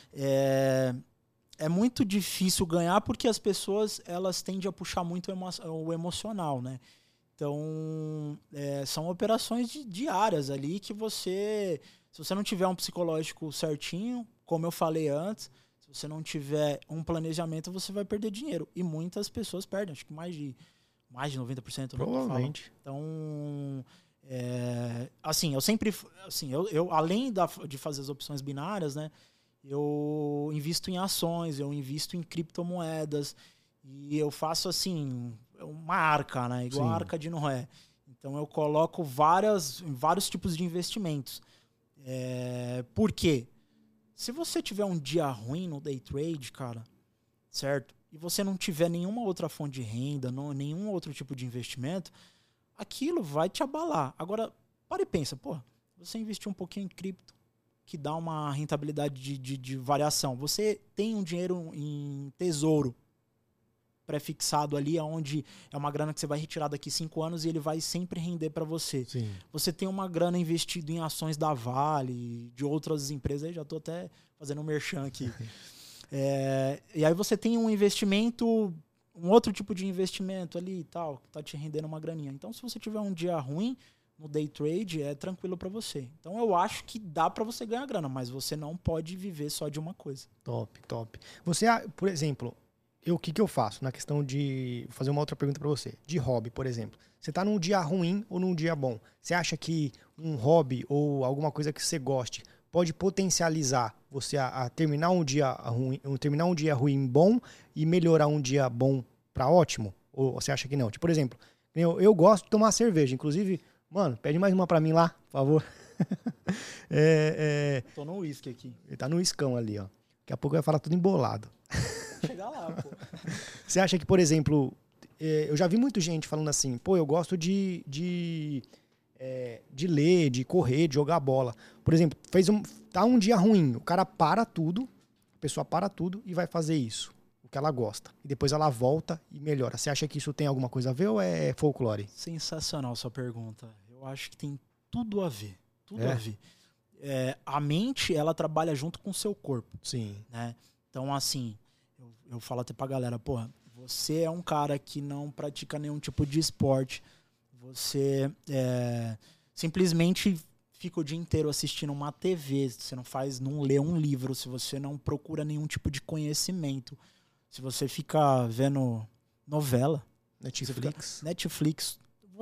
É muito difícil ganhar porque as pessoas, elas tendem a puxar muito o emocional, né? Então, são operações diárias ali que se você não tiver um psicológico certinho, como eu falei antes, se você não tiver um planejamento, você vai perder dinheiro. E muitas pessoas perdem, acho que mais de 90%. Provavelmente. Então, assim, eu sempre... Assim, eu além de fazer as opções binárias, né? Eu invisto em ações, eu invisto em criptomoedas. E eu faço, assim, uma arca, né? Igual a Arca de Noé. Então, eu coloco vários tipos de investimentos. Por quê? Se você tiver um dia ruim no day trade, cara, certo? E você não tiver nenhuma outra fonte de renda, nenhum outro tipo de investimento, aquilo vai te abalar. Agora, para e pensa, você investiu um pouquinho em cripto, que dá uma rentabilidade de variação. Você tem um dinheiro em tesouro pré-fixado ali, onde é uma grana que você vai retirar daqui 5 anos e ele vai sempre render para você. Sim. Você tem uma grana investida em ações da Vale, de outras empresas, aí já estou até fazendo um merchan aqui. E aí você tem um investimento um outro tipo de investimento ali e tal, que tá te rendendo uma graninha. Então, se você tiver um dia ruim no day trade, é tranquilo para você. Então, eu acho que dá para você ganhar grana, mas você não pode viver só de uma coisa. Top, top. Você, por exemplo, o que eu faço na questão de... Vou fazer uma outra pergunta para você. De hobby, por exemplo. Você tá num dia ruim ou num dia bom? Você acha que um hobby ou alguma coisa que você goste pode potencializar você a terminar um dia ruim bom e melhorar um dia bom para ótimo? Ou você acha que não? Tipo, por exemplo, eu gosto de tomar cerveja. Inclusive, mano, pede mais uma para mim lá, por favor. Tô no uísque aqui. Ele tá no iscão ali, ó. Daqui a pouco vai falar tudo embolado. Chegar lá, pô. Você acha que, por exemplo, eu já vi muita gente falando assim, pô, eu gosto de ler, de correr, de jogar bola. Por exemplo, tá um dia ruim, o cara para tudo, a pessoa para tudo e vai fazer isso, o que ela gosta. E depois ela volta e melhora. Você acha que isso tem alguma coisa a ver ou é folclore? Sensacional sua pergunta. Eu acho que tem tudo a ver. Tudo É? a ver. A mente, ela trabalha junto com o seu corpo, Sim. né? Então, assim, eu falo até pra galera, porra, você é um cara que não pratica nenhum tipo de esporte, você simplesmente fica o dia inteiro assistindo uma TV, você não lê um livro, se você não procura nenhum tipo de conhecimento, se você fica vendo novela, Netflix,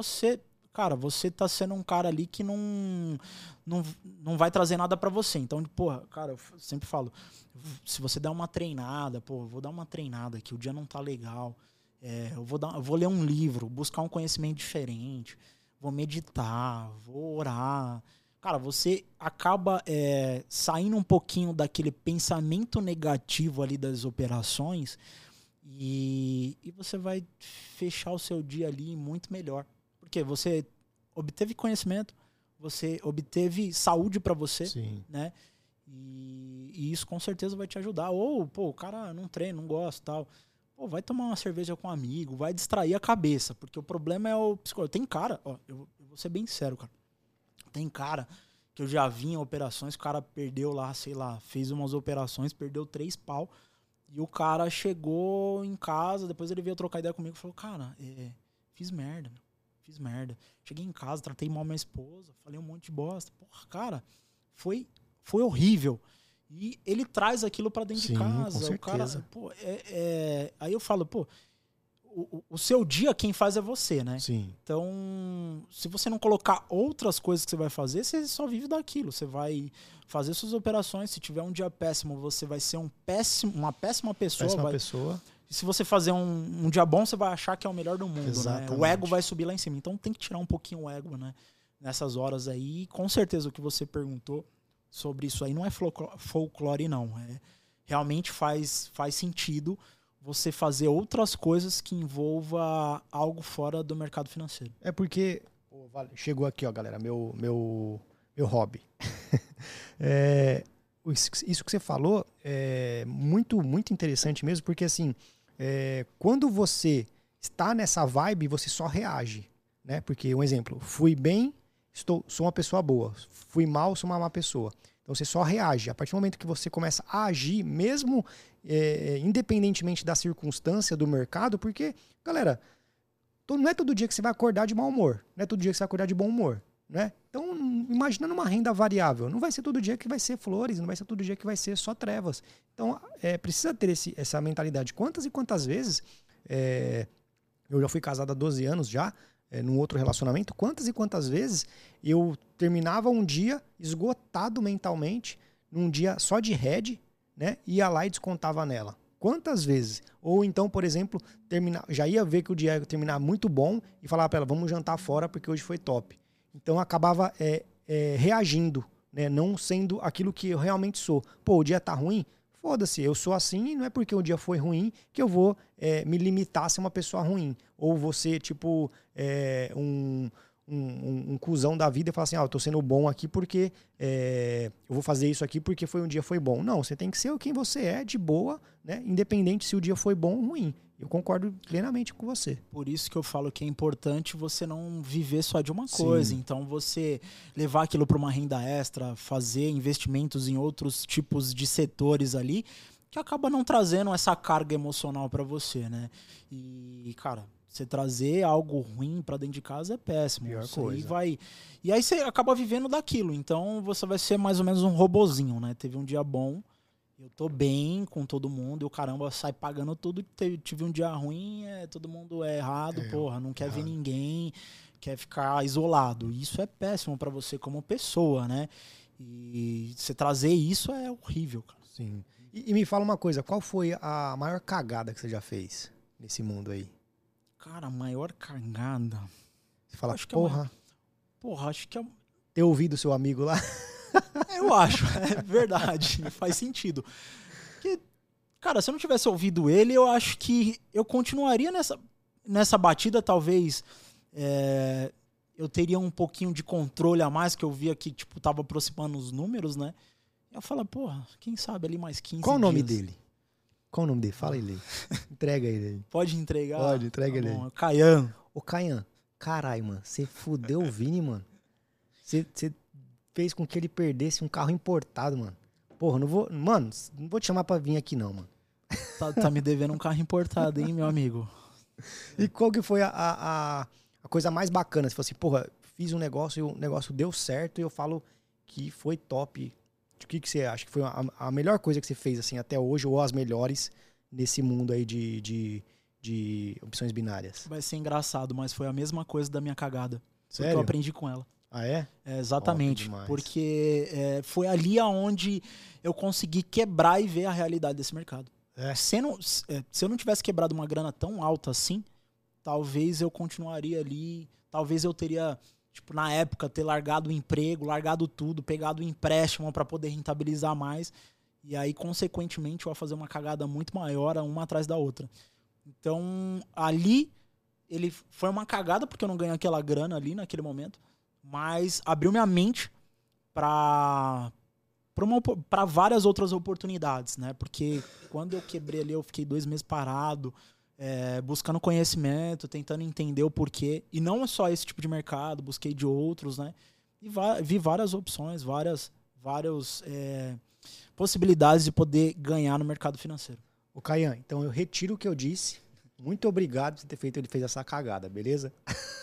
você tá sendo um cara ali que não vai trazer nada pra você. Então, porra, cara, eu sempre falo, se você der uma treinada, pô, eu vou dar uma treinada aqui, o dia não tá legal, eu vou ler um livro, buscar um conhecimento diferente, vou meditar, vou orar. Cara, você acaba saindo um pouquinho daquele pensamento negativo ali das operações e você vai fechar o seu dia ali muito melhor. Porque você obteve conhecimento, você obteve saúde pra você, Sim. né? E isso com certeza vai te ajudar. Ou, pô, o cara não treina, não gosta e tal. Pô, vai tomar uma cerveja com um amigo, vai distrair a cabeça. Porque o problema é o psicólogo. Tem cara, ó, eu vou ser bem sério, cara. Tem cara que eu já vi em operações, o cara perdeu lá, sei lá, fez umas operações, perdeu 3 pau. E o cara chegou em casa, depois ele veio trocar ideia comigo e falou, cara, fiz merda, meu. Fiz merda. Cheguei em casa, tratei mal minha esposa, falei um monte de bosta. Porra, cara, foi horrível. E ele traz aquilo pra dentro de casa. Com certeza. O cara, pô, aí eu falo, pô, o seu dia quem faz é você, né? Sim. Então, se você não colocar outras coisas que você vai fazer, você só vive daquilo. Você vai fazer suas operações. Se tiver um dia péssimo, você vai ser uma péssima pessoa. Pessoa. E se você fazer um dia bom, você vai achar que é o melhor do mundo, Exatamente. né? O ego vai subir lá em cima. Então tem que tirar um pouquinho o ego, né? Nessas horas aí. E com certeza o que você perguntou sobre isso aí não é folclore, não. Realmente faz sentido você fazer outras coisas que envolva algo fora do mercado financeiro. É porque... Chegou aqui, ó, galera, meu hobby. Isso que você falou é muito, muito interessante mesmo, porque assim, quando você está nessa vibe, você só reage, né? Porque, um exemplo, fui bem, sou uma pessoa boa. Fui mal, sou uma má pessoa. Então você só reage. A partir do momento que você começa a agir, mesmo independentemente da circunstância do mercado, porque, galera, não é todo dia que você vai acordar de mau humor, não é todo dia que você vai acordar de bom humor, né? Então, imaginando uma renda variável, não vai ser todo dia que vai ser flores, não vai ser todo dia que vai ser só trevas. Então, precisa ter essa mentalidade. Quantas e quantas vezes, eu já fui casado há 12 anos já, num outro relacionamento, quantas e quantas vezes eu terminava um dia esgotado mentalmente, num dia só de head, né? Ia lá e descontava nela. Quantas vezes? Ou então, por exemplo, já ia ver que o dia ia terminar muito bom e falava para ela, vamos jantar fora porque hoje foi top. Então acabava reagindo, né? Não sendo aquilo que eu realmente sou. Pô, o dia tá ruim? Foda-se, eu sou assim e não é porque o dia foi ruim que eu vou me limitar a ser uma pessoa ruim. Ou você, tipo, um cuzão da vida e falar assim, eu tô sendo bom aqui porque eu vou fazer isso aqui porque um dia foi bom. Não, você tem que ser quem você é, de boa, né? Independente se o dia foi bom ou ruim. Eu concordo plenamente com você. Por isso que eu falo que é importante você não viver só de uma coisa. Sim. Então você levar aquilo para uma renda extra, fazer investimentos em outros tipos de setores ali que acaba não trazendo essa carga emocional pra você, né? E, cara, você trazer algo ruim pra dentro de casa é péssimo. Pior Isso coisa. aí vai... E aí você acaba vivendo daquilo. Então você vai ser mais ou menos um robozinho, né? Teve um dia bom, eu tô bem com todo mundo, e o caramba sai pagando tudo. Tive um dia ruim, todo mundo é errado, porra, não quer ver ninguém, quer ficar isolado. Isso é péssimo pra você como pessoa, né? E você trazer isso é horrível, cara. Sim. E me fala uma coisa, qual foi a maior cagada que você já fez nesse mundo aí? Cara, a maior cagada... Você fala, Acho que porra, Porra, acho que é... ter ouvido seu amigo lá? Eu acho, é verdade, faz sentido. Porque, cara, se eu não tivesse ouvido ele, eu acho que eu continuaria nessa batida, talvez eu teria um pouquinho de controle a mais, que eu via que, tipo, tava aproximando os números, né? Eu falo, porra, quem sabe ali mais 15 Qual o nome dias. dele? Qual o nome dele? Fala ele aí. Entrega ele aí. Pode entregar? Pode, entrega ele aí. Bom, Caian. Ô, Caian, caralho, mano, você fudeu o Vini, mano. Você fez com que ele perdesse um carro importado, mano. Porra, não vou te chamar pra vir aqui não, mano. Tá me devendo um carro importado, hein, meu amigo? E qual que foi a coisa mais bacana? Você falou assim, porra, fiz um negócio e o negócio deu certo e eu falo que foi top. O que você acha que foi a melhor coisa que você fez assim até hoje ou as melhores nesse mundo aí de opções binárias? Vai ser engraçado, mas foi a mesma coisa da minha cagada. Sério? Porque eu aprendi com ela. Ah, é? Exatamente, Top demais. porque foi ali aonde eu consegui quebrar e ver a realidade desse mercado. Se eu não tivesse quebrado uma grana tão alta assim, talvez eu continuaria ali, talvez eu teria, tipo, na época, ter largado o emprego, largado tudo, pegado o empréstimo para poder rentabilizar mais, e aí, consequentemente, eu ia fazer uma cagada muito maior, uma atrás da outra. Então, ali, ele foi uma cagada, porque eu não ganhei aquela grana ali naquele momento, mas abriu minha mente para várias outras oportunidades, né? Porque quando eu quebrei ali, eu fiquei 2 meses parado, buscando conhecimento, tentando entender o porquê. E não é só esse tipo de mercado, busquei de outros, né? E vi várias opções, várias possibilidades de poder ganhar no mercado financeiro. Ô, Caian, então eu retiro o que eu disse. Muito obrigado por ter feito ele fez essa cagada, beleza?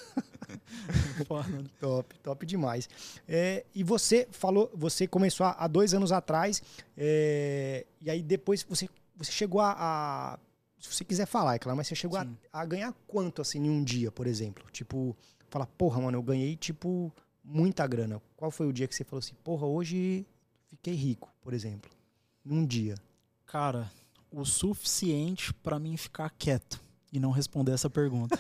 Top demais. E você falou, você começou há 2 anos atrás, e aí depois você chegou se você quiser falar, é claro, mas você chegou a ganhar quanto assim em um dia, por exemplo? Tipo, falar, porra, mano, eu ganhei tipo muita grana. Qual foi o dia que você falou assim, porra, hoje fiquei rico, por exemplo, num dia? Cara, o suficiente pra mim ficar quieto e não responder essa pergunta.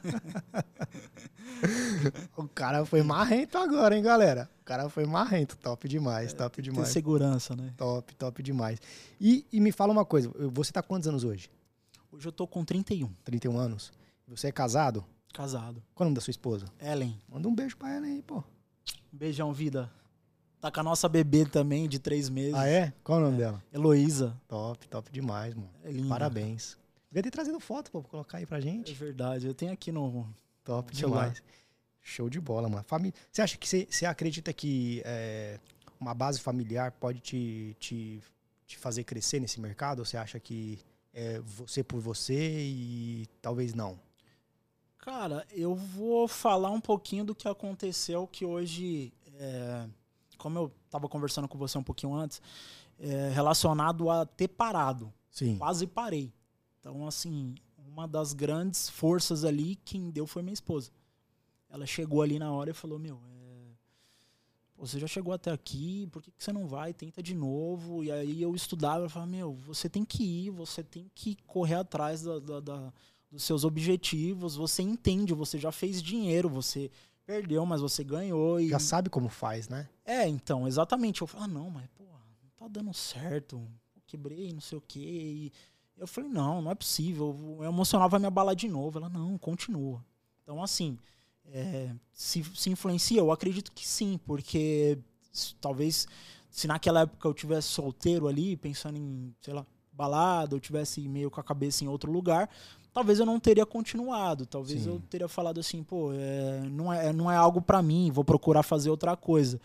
O cara foi marrento agora, hein, galera? O cara foi marrento. Top demais, top demais. Ter segurança, né? Top demais. E me fala uma coisa, você tá quantos anos hoje? Hoje eu tô com 31. 31 anos. Você é casado? Casado. Qual é o nome da sua esposa? Ellen. Manda um beijo pra ela aí, pô. Beijão, vida. Tá com a nossa bebê também, de 3 meses. Ah, é? Qual é o nome dela? Heloísa. Top demais, mano. É linda. Parabéns. Devia ter trazido foto, pô, pra colocar aí pra gente. É verdade, eu tenho aqui no Top celular. demais. Show de bola, mano. Você acha que você acredita que uma base familiar pode te fazer crescer nesse mercado? Ou você acha que é você por você e talvez não? Cara, eu vou falar um pouquinho do que aconteceu, que hoje, como eu tava conversando com você um pouquinho antes, relacionado a ter parado. Sim. Quase parei. Então, assim, uma das grandes forças ali, quem deu foi minha esposa. Ela chegou ali na hora e falou, você já chegou até aqui, por que você não vai? Tenta de novo. E aí eu estudava, eu falava, você tem que ir, você tem que correr atrás dos seus objetivos, você entende, você já fez dinheiro, você perdeu, mas você ganhou. Já sabe como faz, né? Então, exatamente. Eu falei, não, mas, pô, não tá dando certo, eu quebrei, não sei o quê. E eu falei, não é possível, o emocional vai me abalar de novo. Ela, não, continua. Então, assim, se influencia? Eu acredito que sim, porque talvez se naquela época eu tivesse solteiro ali, pensando em, sei lá, balada, eu tivesse meio com a cabeça em outro lugar, talvez eu não teria continuado, talvez eu teria falado assim, pô, não é algo pra mim, vou procurar fazer outra coisa.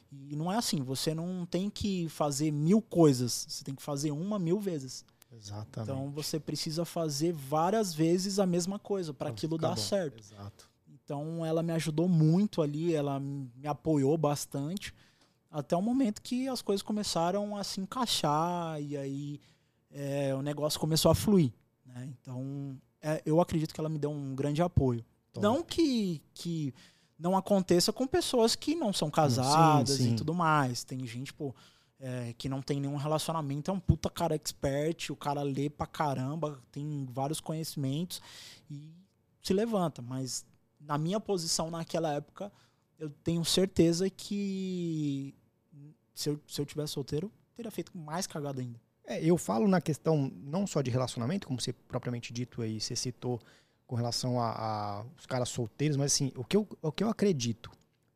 E não é assim, você não tem que fazer 1000 coisas, você tem que fazer 1000 vezes. Exatamente. Então você precisa fazer várias vezes a mesma coisa para aquilo dar certo. Exato. Então ela me ajudou muito ali, ela me apoiou bastante, até o momento que as coisas começaram a se encaixar e aí o negócio começou a fluir, né? Então eu acredito que ela me deu um grande apoio. Top. Não que não aconteça com pessoas que não são casadas sim. e tudo mais. Tem gente, pô, que não tem nenhum relacionamento, é um puta cara expert, o cara lê pra caramba, tem vários conhecimentos e se levanta. Mas na minha posição naquela época, eu tenho certeza que se eu tivesse solteiro, teria feito mais cagada ainda. Eu falo na questão não só de relacionamento, como você propriamente dito aí, você citou com relação a os caras solteiros, mas assim, o que eu acredito,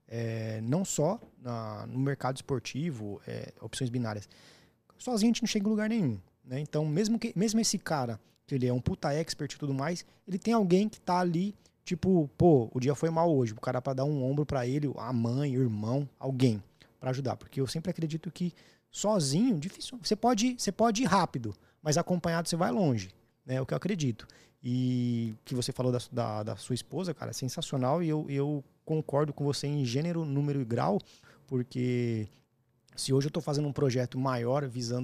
não só no mercado esportivo, opções binárias, sozinho a gente não chega em lugar nenhum, né? Então, mesmo esse cara, que ele é um puta expert e tudo mais, ele tem alguém que tá ali, tipo, pô, o dia foi mal hoje, o cara pra dar um ombro pra ele, a mãe, o irmão, alguém pra ajudar, porque eu sempre acredito que sozinho, difícil, você pode ir rápido, mas acompanhado você vai longe, né? É o que eu acredito. E que você falou da sua esposa, cara, é sensacional, e eu concordo com você em gênero, número e grau, porque se hoje eu estou fazendo um projeto maior, visando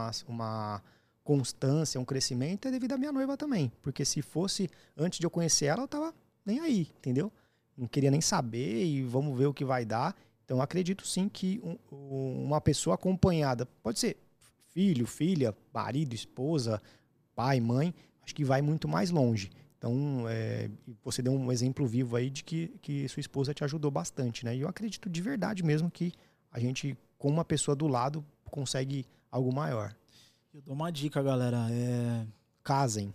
uma constância, um crescimento, é devido à minha noiva também, porque se fosse antes de eu conhecer ela, eu tava nem aí, entendeu? Não queria nem saber e vamos ver o que vai dar. Então eu acredito sim que uma pessoa acompanhada, pode ser filho, filha, marido, esposa, pai, mãe, acho que vai muito mais longe. Então, você deu um exemplo vivo aí de que sua esposa te ajudou bastante, né? E eu acredito de verdade mesmo que a gente, com uma pessoa do lado, consegue algo maior. Eu dou uma dica, galera. Casem.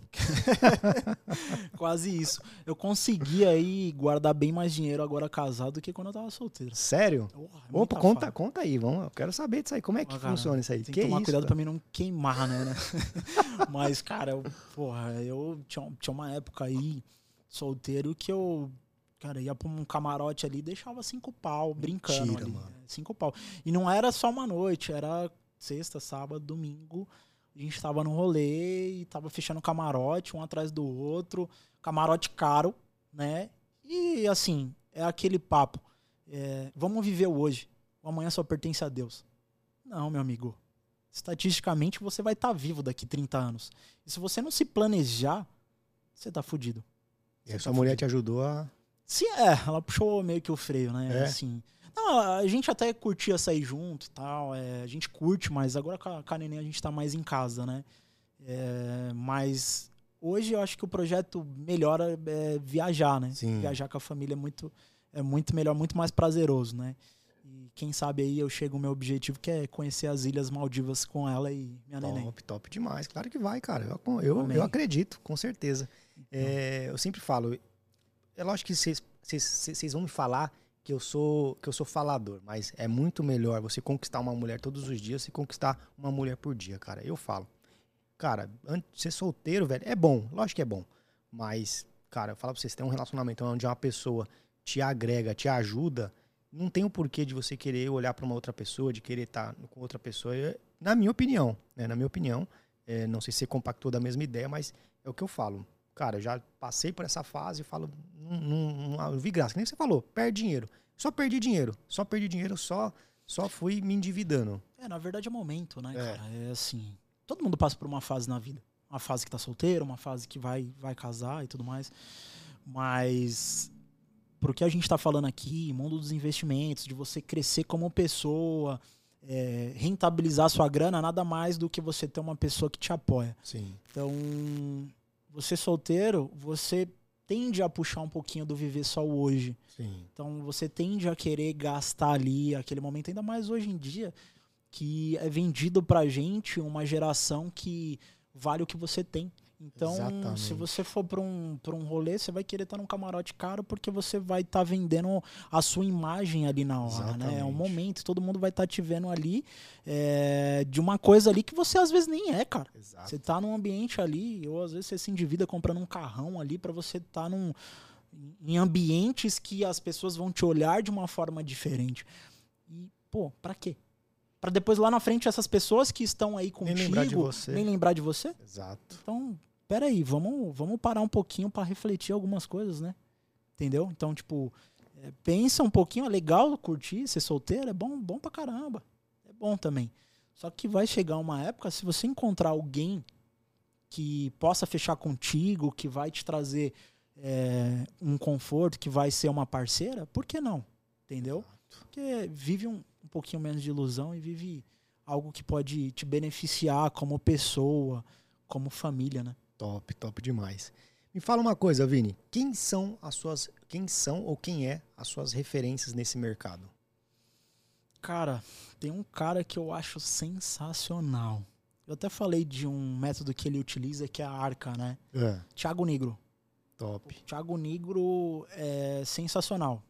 Quase isso. Eu consegui aí guardar bem mais dinheiro agora casado do que quando eu tava solteiro. Sério? Opa, conta aí, eu quero saber disso aí. Como é que funciona isso aí? Tem que tomar cuidado pra mim não queimar, né? Mas, cara, eu tinha uma época aí, solteiro, que eu, cara, ia pra um camarote ali e deixava 5 pau, brincando. Mentira, ali. mano. 5 pau. E não era só uma noite, era sexta, sábado, domingo. A gente tava no rolê e tava fechando camarote, um atrás do outro. Camarote caro, né? E, assim, é aquele papo. Vamos viver o hoje. O amanhã só pertence a Deus. Não, meu amigo. Estatisticamente, você vai estar vivo daqui 30 anos. E se você não se planejar, você tá fudido. E a sua mulher te ajudou a... Sim, ela puxou meio que o freio, né? Assim... Não, a gente até curtia sair junto e tal, a gente curte, mas agora com a neném a gente tá mais em casa, né? Mas hoje eu acho que o projeto melhor é viajar, né? Sim. Viajar com a família é muito melhor, muito mais prazeroso, né? E quem sabe aí eu chego ao meu objetivo, que é conhecer as Ilhas Maldivas com ela e minha neném. Top demais, claro que vai, cara. Eu acredito, com certeza. Eu sempre falo, é lógico que vocês vão me falar que eu sou falador, mas é muito melhor você conquistar uma mulher todos os dias e conquistar uma mulher por dia, cara. Eu falo, cara, ser solteiro, velho, é bom, lógico que é bom, mas, cara, eu falo pra vocês, tem um relacionamento onde uma pessoa te agrega, te ajuda, não tem o porquê de você querer olhar pra uma outra pessoa, de querer estar com outra pessoa, na minha opinião, né, não sei se você compactou da mesma ideia, mas é o que eu falo. Cara, já passei por essa fase e falo, não vi graça. Que nem você falou, perde dinheiro. Só perdi dinheiro, só fui me endividando. Na verdade é momento, né, cara? É assim, todo mundo passa por uma fase na vida. Uma fase que tá solteiro, uma fase que vai casar e tudo mais. Mas, pro que a gente tá falando aqui, mundo dos investimentos, de você crescer como pessoa, rentabilizar sua grana, nada mais do que você ter uma pessoa que te apoia. Sim. Então... Você solteiro, você tende a puxar um pouquinho do viver só o hoje. Sim. Então você tende a querer gastar ali aquele momento, ainda mais hoje em dia, que é vendido pra gente uma geração que vale o que você tem. Então, exatamente. Se você for pra um rolê, você vai querer estar num camarote caro porque você vai estar vendendo a sua imagem ali na hora, exatamente, né? É um momento, todo mundo vai estar te vendo ali de uma coisa ali que você às vezes nem é, cara. Exato. Você tá num ambiente ali, ou às vezes você se endivida comprando um carrão ali pra você estar em ambientes que as pessoas vão te olhar de uma forma diferente. E Pô, pra quê? Pra depois lá na frente essas pessoas que estão aí contigo Nem lembrar de você. nem lembrar de você? Exato. Então, peraí, vamos parar um pouquinho pra refletir algumas coisas, né? Entendeu? Então, tipo, pensa um pouquinho, é legal curtir, ser solteiro, é bom pra caramba. É bom também. Só que vai chegar uma época, se você encontrar alguém que possa fechar contigo, que vai te trazer um conforto, que vai ser uma parceira, por que não? Entendeu? Exato. Porque vive um pouquinho menos de ilusão e vive algo que pode te beneficiar como pessoa, como família, né? Top demais. Me fala uma coisa, Vini. Quem são ou quem é as suas referências nesse mercado? Cara, tem um cara que eu acho sensacional. Eu até falei de um método que ele utiliza, que é a Arca, né? Thiago Nigro. Top. O Thiago Nigro é sensacional.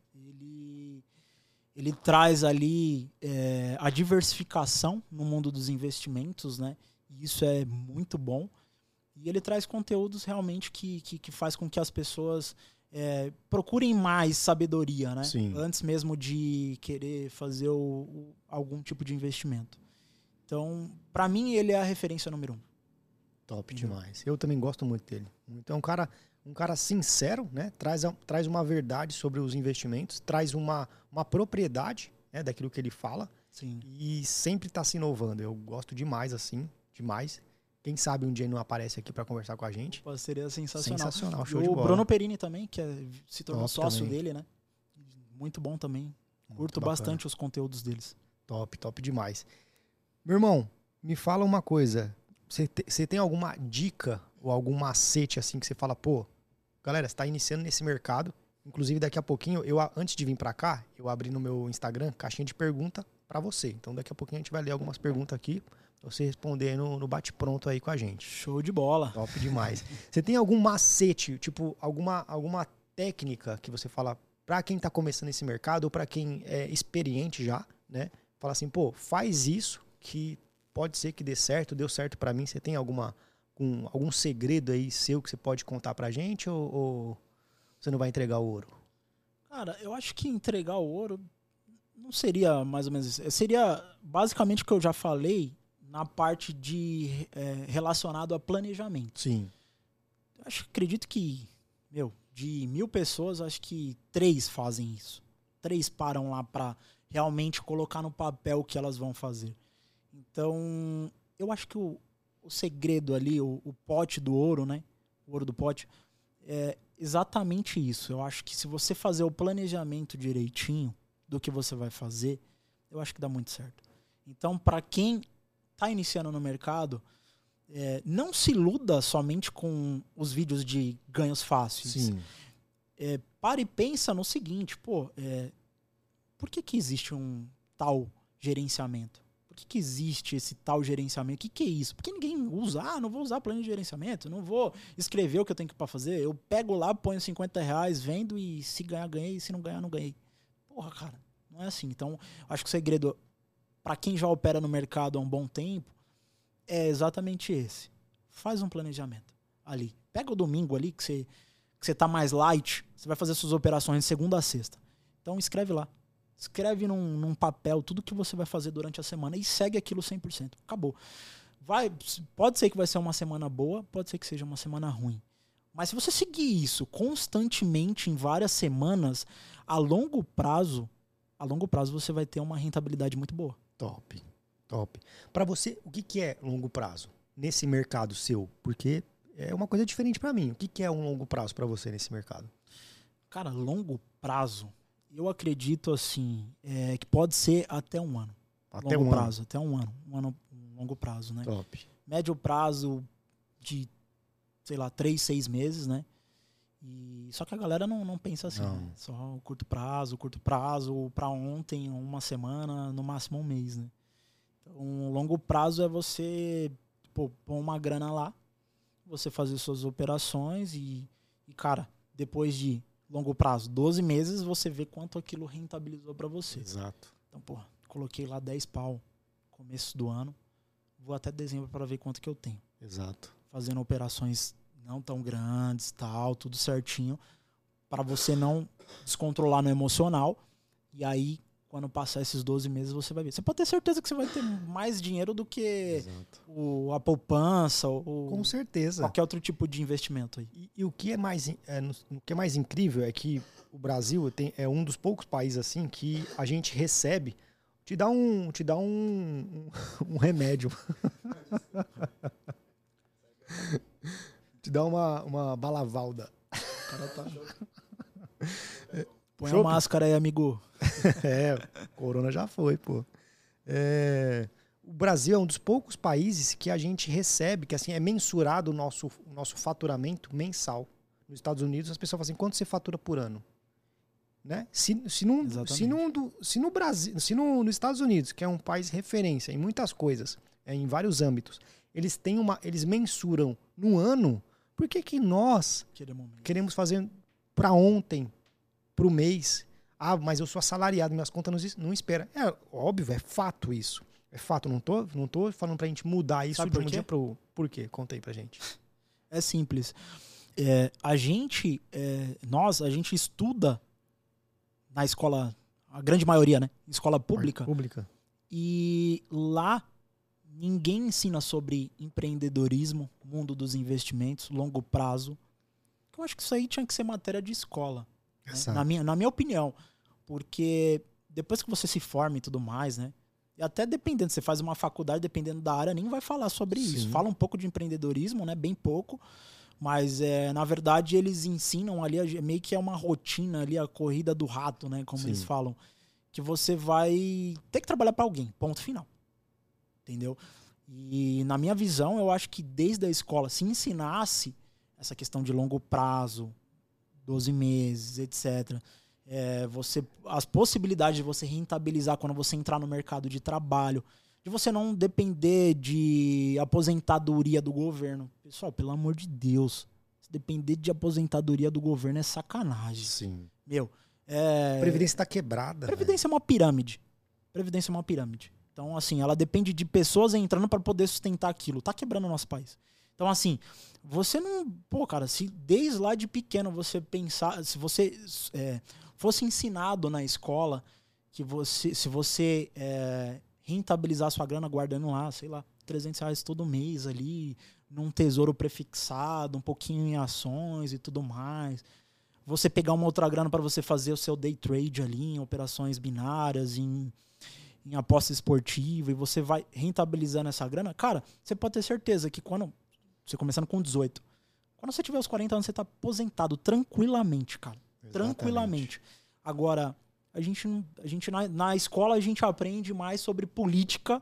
Ele traz ali a diversificação no mundo dos investimentos, né? E isso é muito bom. E ele traz conteúdos realmente que faz com que as pessoas procurem mais sabedoria, né? Sim. Antes mesmo de querer fazer algum tipo de investimento. Então, pra mim, ele é a referência número 1. Top demais. Eu também gosto muito dele. Então, um cara sincero, né? Traz uma verdade sobre os investimentos, traz uma propriedade, né, daquilo que ele fala. Sim. E sempre tá se inovando. Eu gosto demais, assim, demais. Quem sabe um dia ele não aparece aqui para conversar com a gente. Pô, seria sensacional. Sensacional, show de bola. O Bruno Perini também, que se tornou Top sócio também. dele, né? Muito bom também. Muito Curto bacana. bastante os conteúdos deles. Top demais. Meu irmão, me fala uma coisa. Você tem alguma dica ou algum macete assim que você fala, pô, galera, você tá iniciando nesse mercado. Inclusive, daqui a pouquinho, antes de vir pra cá, eu abri no meu Instagram caixinha de pergunta pra você. Então, daqui a pouquinho a gente vai ler algumas perguntas aqui pra você responder aí no bate-pronto aí com a gente. Show de bola. Top demais. Você tem algum macete, tipo, alguma técnica que você fala pra quem tá começando esse mercado ou pra quem é experiente já, né? Fala assim, pô, faz isso que pode ser que dê certo, deu certo pra mim. Você tem algum segredo aí seu que você pode contar pra gente ou você não vai entregar o ouro? Cara, eu acho que entregar o ouro não seria mais ou menos isso. Seria basicamente o que eu já falei na parte de relacionado a planejamento. Sim. Acredito que, de 1000 pessoas, acho que 3 fazem isso. 3 param lá pra realmente colocar no papel o que elas vão fazer. Então, eu acho que o segredo ali, o pote do ouro, né? O ouro do pote, é exatamente isso. Eu acho que se você fazer o planejamento direitinho do que você vai fazer, eu acho que dá muito certo. Então, para quem está iniciando no mercado, não se iluda somente com os vídeos de ganhos fáceis. Sim. Para e pensa no seguinte, por que existe um tal gerenciamento? Por que existe esse tal gerenciamento? O que é isso? Porque ninguém usa. Não vou usar plano de gerenciamento. Não vou escrever o que eu tenho para fazer. Eu pego lá, ponho R$50, vendo e se ganhar, ganhei. Se não ganhar, não ganhei. Porra, cara. Não é assim. Então, acho que o segredo, para quem já opera no mercado há um bom tempo, é exatamente esse. Faz um planejamento ali. Pega o domingo ali, que você tá mais light. Você vai fazer suas operações de segunda a sexta. Então, escreve lá. Escreve num papel tudo que você vai fazer durante a semana e segue aquilo 100%. Acabou. Pode ser que vai ser uma semana boa, pode ser que seja uma semana ruim. Mas se você seguir isso constantemente em várias semanas, a longo prazo você vai ter uma rentabilidade muito boa. Top. Para você, o que é longo prazo nesse mercado seu? Porque é uma coisa diferente para mim. O que é um longo prazo para você nesse mercado? Cara, longo prazo, eu acredito assim, que pode ser até um ano. Até longo um prazo, ano? até um ano. Um longo prazo, né? Top. Médio prazo de, 3, 6 meses, né? Só que a galera não pensa assim, Não. né? Só o curto prazo, para ontem, uma semana, no máximo um mês, né? Então, longo prazo é você pôr uma grana lá, você fazer suas operações e, cara, depois de longo prazo, 12 meses, você vê quanto aquilo rentabilizou para você. Exato. Então, coloquei lá 10 pau começo do ano, vou até dezembro para ver quanto que eu tenho. Exato. Fazendo operações não tão grandes, tal, tudo certinho, para você não descontrolar no emocional. E aí, Quando passar esses 12 meses, você vai ver. Você pode ter certeza que você vai ter mais dinheiro do que a poupança ou com certeza. Qualquer outro tipo de investimento aí. E o que é mais incrível é que o Brasil é um dos poucos países assim que a gente recebe, te dá um remédio. Te dá uma balavalda. O cara tá... Põe a máscara aí, amigo. Corona já foi, pô. O Brasil é um dos poucos países que a gente recebe, que assim é mensurado o nosso faturamento mensal. Nos Estados Unidos, as pessoas falam assim, quanto você fatura por ano? Né? Se no Brasil, nos Estados Unidos, que é um país referência em muitas coisas, em vários âmbitos, eles mensuram no ano, por que nós queremos fazer para ontem, para o mês? Ah, mas eu sou assalariado, minhas contas não esperam. É óbvio, é fato isso. É fato, não tô falando pra gente mudar isso de um dia pro outro. Por quê? Conta aí pra gente. É simples. A gente estuda na escola, a grande maioria, né? Escola pública. E lá ninguém ensina sobre empreendedorismo, mundo dos investimentos, longo prazo. Eu acho que isso aí tinha que ser matéria de escola. Né? Na minha opinião. Porque depois que você se forma e tudo mais, né? E até dependendo, você faz uma faculdade, dependendo da área, nem vai falar sobre isso. Fala um pouco de empreendedorismo, né? Bem pouco. Mas, na verdade, eles ensinam ali, meio que é uma rotina ali, a corrida do rato, né? Como eles falam. Que você vai ter que trabalhar para alguém. Ponto final. Entendeu? E, na minha visão, eu acho que desde a escola, se ensinasse essa questão de longo prazo, 12 meses, etc., as possibilidades de você rentabilizar quando você entrar no mercado de trabalho, de você não depender de aposentadoria do governo. Pessoal, pelo amor de Deus, se depender de aposentadoria do governo é sacanagem. Sim. Meu, Previdência tá quebrada. Previdência é uma pirâmide. Previdência é uma pirâmide. Então, assim, ela depende de pessoas entrando para poder sustentar aquilo. Tá quebrando o nosso país. Então, assim, você não... Pô, cara, se desde lá de pequeno você pensar... Se você fosse ensinado na escola que se você rentabilizar sua grana guardando lá, sei lá, R$300 todo mês ali, num tesouro prefixado, um pouquinho em ações e tudo mais. Você pegar uma outra grana para você fazer o seu day trade ali, em operações binárias, em aposta esportiva, e você vai rentabilizando essa grana. Cara, você pode ter certeza que quando... Você começando com 18. Quando você tiver os 40 anos, você tá aposentado tranquilamente, cara. Exatamente. Tranquilamente. Agora, a gente na escola a gente aprende mais sobre política,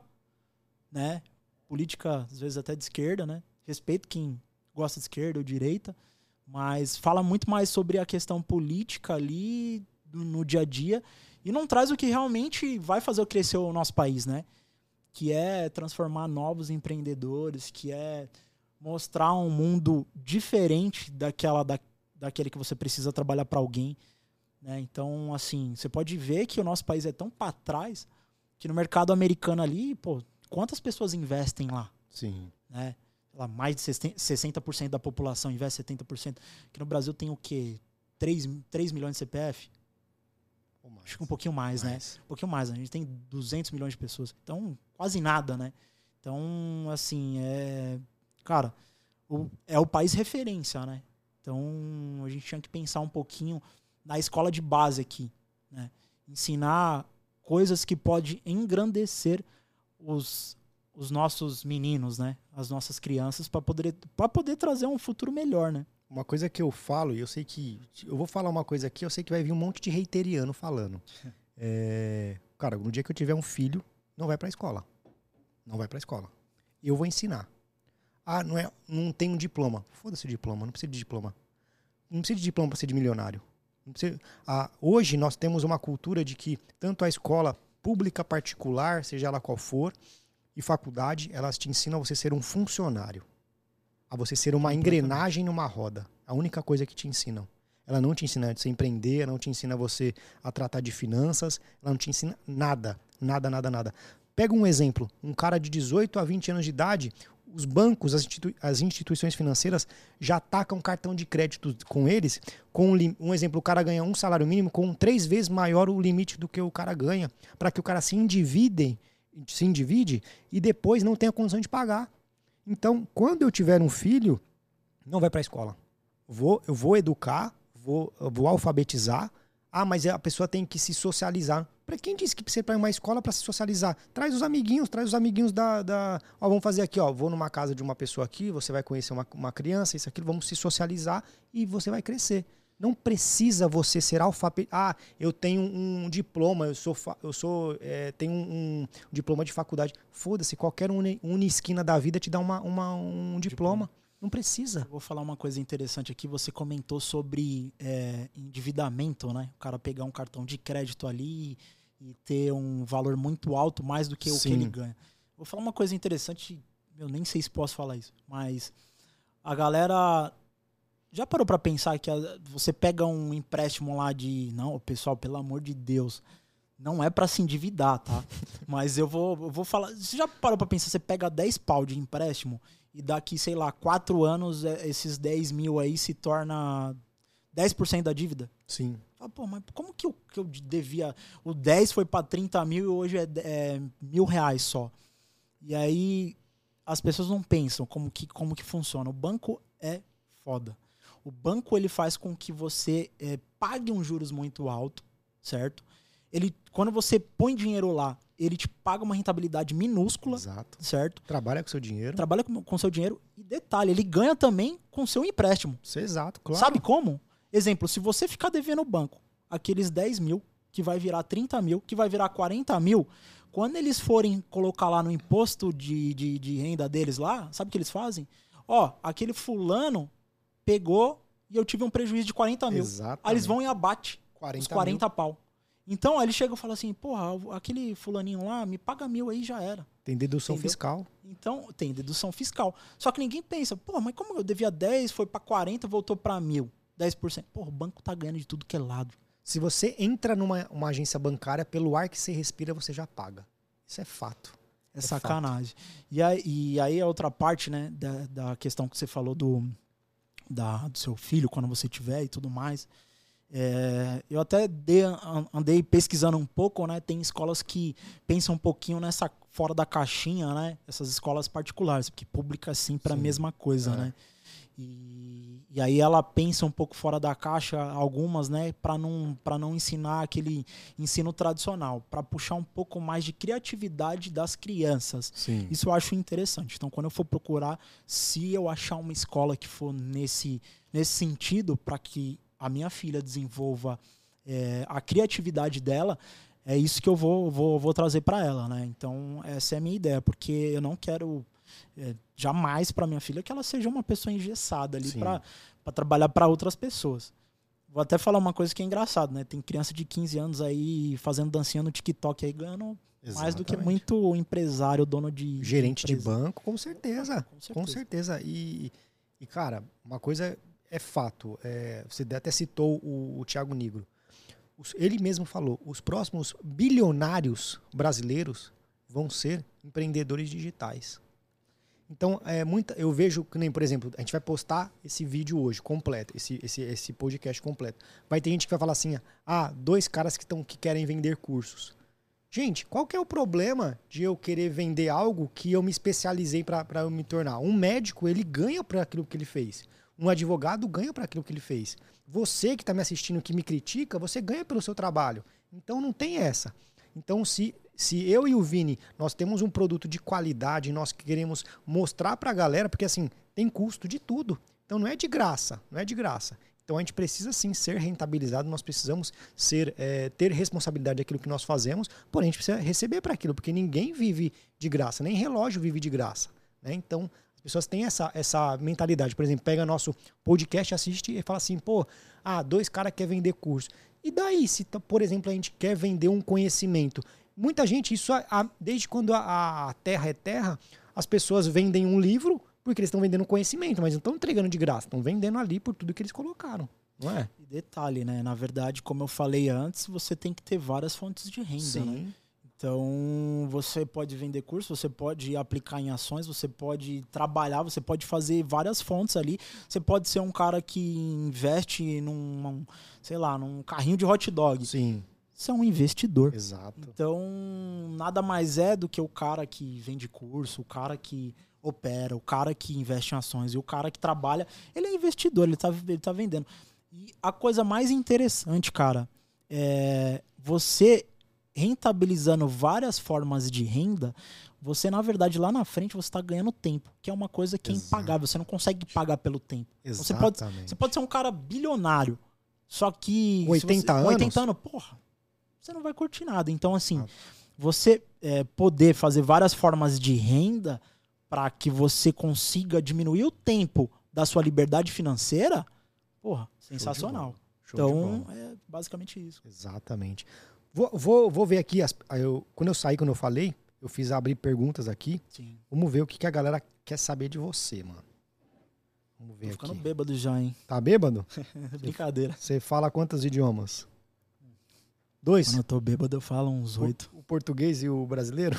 né? Política, às vezes até de esquerda, né? Respeito quem gosta de esquerda ou direita, mas fala muito mais sobre a questão política ali no dia a dia e não traz o que realmente vai fazer crescer o nosso país, né? Que é transformar novos empreendedores, que é mostrar um mundo diferente daquele que você precisa trabalhar para alguém, né? Então, assim, você pode ver que o nosso país é tão para trás que no mercado americano ali, pô, quantas pessoas investem lá? Sim. Né? Lá, mais de 60% da população investe 70%. Aqui no Brasil tem o quê? 3 milhões de CPF? Acho que um pouquinho mais, né? Um pouquinho mais. A gente tem 200 milhões de pessoas. Então, quase nada, né? Então, assim, cara, é o país referência, né? Então, a gente tinha que pensar um pouquinho na escola de base aqui, né? Ensinar coisas que podem engrandecer os nossos meninos, né? As nossas crianças, para poder trazer um futuro melhor, né? Uma coisa que eu falo, e eu sei que... Eu vou falar uma coisa aqui, eu sei que vai vir um monte de reiteriano falando. Cara, no dia que eu tiver um filho, não vai pra escola. Não vai pra escola. Eu vou ensinar. Ah, não tem um diploma. Foda-se o diploma, não precisa de diploma. Não precisa de diploma pra ser de milionário. Não precisa... Hoje nós temos uma cultura de que tanto a escola pública, particular, seja ela qual for, e faculdade, elas te ensinam a você ser um funcionário. A você ser uma engrenagem numa roda. A única coisa que te ensinam. Ela não te ensina a você empreender, ela não te ensina você a tratar de finanças, ela não te ensina nada. Nada, nada, nada. Pega um exemplo. Um cara de 18 a 20 anos de idade, os bancos, as instituições financeiras já tacam cartão de crédito com eles, com um exemplo, o cara ganha um salário mínimo com 3 vezes maior o limite do que o cara ganha, para que o cara se endivide e depois não tenha condição de pagar. Então, quando eu tiver um filho, não vai para a escola. Eu vou educar, vou alfabetizar. Ah, mas a pessoa tem que se socializar. Para quem disse que precisa ir para uma escola para se socializar? Traz os amiguinhos Ó, vamos fazer aqui, ó. Vou numa casa de uma pessoa aqui, você vai conhecer uma criança, isso, aquilo, vamos se socializar e você vai crescer. Não precisa você ser alfabetizado. Ah, eu tenho um diploma, tenho um diploma de faculdade. Foda-se, qualquer esquina da vida te dá um diploma. Não precisa. Eu vou falar uma coisa interessante aqui. Você comentou sobre endividamento, né? O cara pegar um cartão de crédito ali e ter um valor muito alto, mais do que o que ele ganha. Vou falar uma coisa interessante, eu nem sei se posso falar isso, mas a galera já parou pra pensar que você pega um empréstimo lá de... Não, pessoal, pelo amor de Deus, não é pra se endividar, tá? Mas eu vou falar... Você já parou pra pensar, você pega 10 pau de empréstimo e daqui, sei lá, 4 anos, esses 10 mil aí se torna 10% da dívida? Sim. Pô, mas como que eu devia... O 10 foi pra 30 mil e hoje é R$1.000 só. E aí as pessoas não pensam como que funciona. O banco é foda. O banco, ele faz com que você pague um juros muito alto, certo? Quando você põe dinheiro lá, ele te paga uma rentabilidade minúscula. Exato. Certo? Trabalha com seu dinheiro. Trabalha com seu dinheiro. E detalhe, ele ganha também com seu empréstimo. Isso é exato, claro. Sabe como? Exemplo, se você ficar devendo no banco aqueles 10 mil, que vai virar 30 mil, que vai virar 40 mil, quando eles forem colocar lá no imposto de renda deles lá, sabe o que eles fazem? Ó, aquele fulano pegou e eu tive um prejuízo de 40 mil. Exatamente. Aí eles vão e abate os 40 mil. pau. Então, aí ele chega e fala assim, porra, aquele fulaninho lá, me paga 1.000 aí, já era. Tem dedução fiscal. Então, tem dedução fiscal. Só que ninguém pensa, pô, mas como eu devia 10, foi pra 40, voltou pra 1.000, 10%. Porra, o banco tá ganhando de tudo que é lado. Se você entra numa agência bancária, pelo ar que você respira, você já paga. Isso é fato. É sacanagem. Fato. E aí a outra parte, né, da questão que você falou do seu filho, quando você tiver e tudo mais. Eu até andei pesquisando um pouco, né? Tem escolas que pensam um pouquinho nessa fora da caixinha, né? Essas escolas particulares, porque pública é sempre a mesma coisa, né? E aí ela pensa um pouco fora da caixa, algumas, né? Para não ensinar aquele ensino tradicional, para puxar um pouco mais de criatividade das crianças. Sim. Isso eu acho interessante. Então, quando eu for procurar, se eu achar uma escola que for nesse sentido, para que a minha filha desenvolva a criatividade dela, é isso que eu vou trazer para ela, né? Então, essa é a minha ideia, porque eu não quero jamais para minha filha que ela seja uma pessoa engessada ali para trabalhar para outras pessoas. Vou até falar uma coisa que é engraçado, né? Tem criança de 15 anos aí fazendo dancinha no TikTok aí, ganhando mais do que muito empresário, dono de gerente de empresa. banco, com certeza. Com certeza. E, cara, uma coisa é fato. Você até citou o Thiago Nigro. Ele mesmo falou, os próximos bilionários brasileiros vão ser empreendedores digitais. Então, eu vejo que, nem, por exemplo, a gente vai postar esse vídeo hoje, completo, esse podcast completo. Vai ter gente que vai falar assim, 2 caras que querem vender cursos. Gente, qual que é o problema de eu querer vender algo que eu me especializei para eu me tornar? Um médico, ele ganha por aquilo que ele fez. Um advogado ganha por aquilo que ele fez. Você que está me assistindo, que me critica, você ganha pelo seu trabalho. Então, não tem essa. Então, se eu e o Vini, nós temos um produto de qualidade, nós queremos mostrar para a galera, porque assim, tem custo de tudo. Então não é de graça, não é de graça. Então a gente precisa sim ser rentabilizado, nós precisamos ter responsabilidade daquilo que nós fazemos, porém a gente precisa receber para aquilo, porque ninguém vive de graça, nem relógio vive de graça, né? Então as pessoas têm essa mentalidade. Por exemplo, pega nosso podcast, assiste e fala assim, 2 caras querem vender curso. E daí, se, por exemplo, a gente quer vender um conhecimento? Muita gente, desde quando a terra é terra, as pessoas vendem um livro porque eles estão vendendo conhecimento, mas não estão entregando de graça, estão vendendo ali por tudo que eles colocaram, não é? E detalhe, né? Na verdade, como eu falei antes, você tem que ter várias fontes de renda, né? Então, você pode vender curso, você pode aplicar em ações, você pode trabalhar, você pode fazer várias fontes ali. Você pode ser um cara que investe num carrinho de hot dog. Sim. Você é um investidor. Exato. Então, nada mais é do que o cara que vende curso, o cara que opera, o cara que investe em ações e o cara que trabalha. Ele é investidor, ele tá vendendo. E a coisa mais interessante, cara, é você rentabilizando várias formas de renda, você, na verdade, lá na frente, você está ganhando tempo, que é uma coisa que é impagável. Você não consegue pagar pelo tempo. Exatamente. Você pode ser um cara bilionário, só que... 80 anos? 80 anos, porra, você não vai curtir nada. Então, assim, você poder fazer várias formas de renda para que você consiga diminuir o tempo da sua liberdade financeira, porra, sensacional. Então, é basicamente isso. Exatamente. Vou ver aqui, quando eu falei, eu fiz abrir perguntas aqui. Sim. Vamos ver o que a galera quer saber de você, mano. Vamos ver aqui. Tô ficando bêbado já, hein? Tá bêbado? Brincadeira. Você fala quantos idiomas? 2? Quando eu tô bêbado, eu falo uns 8. O português e o brasileiro?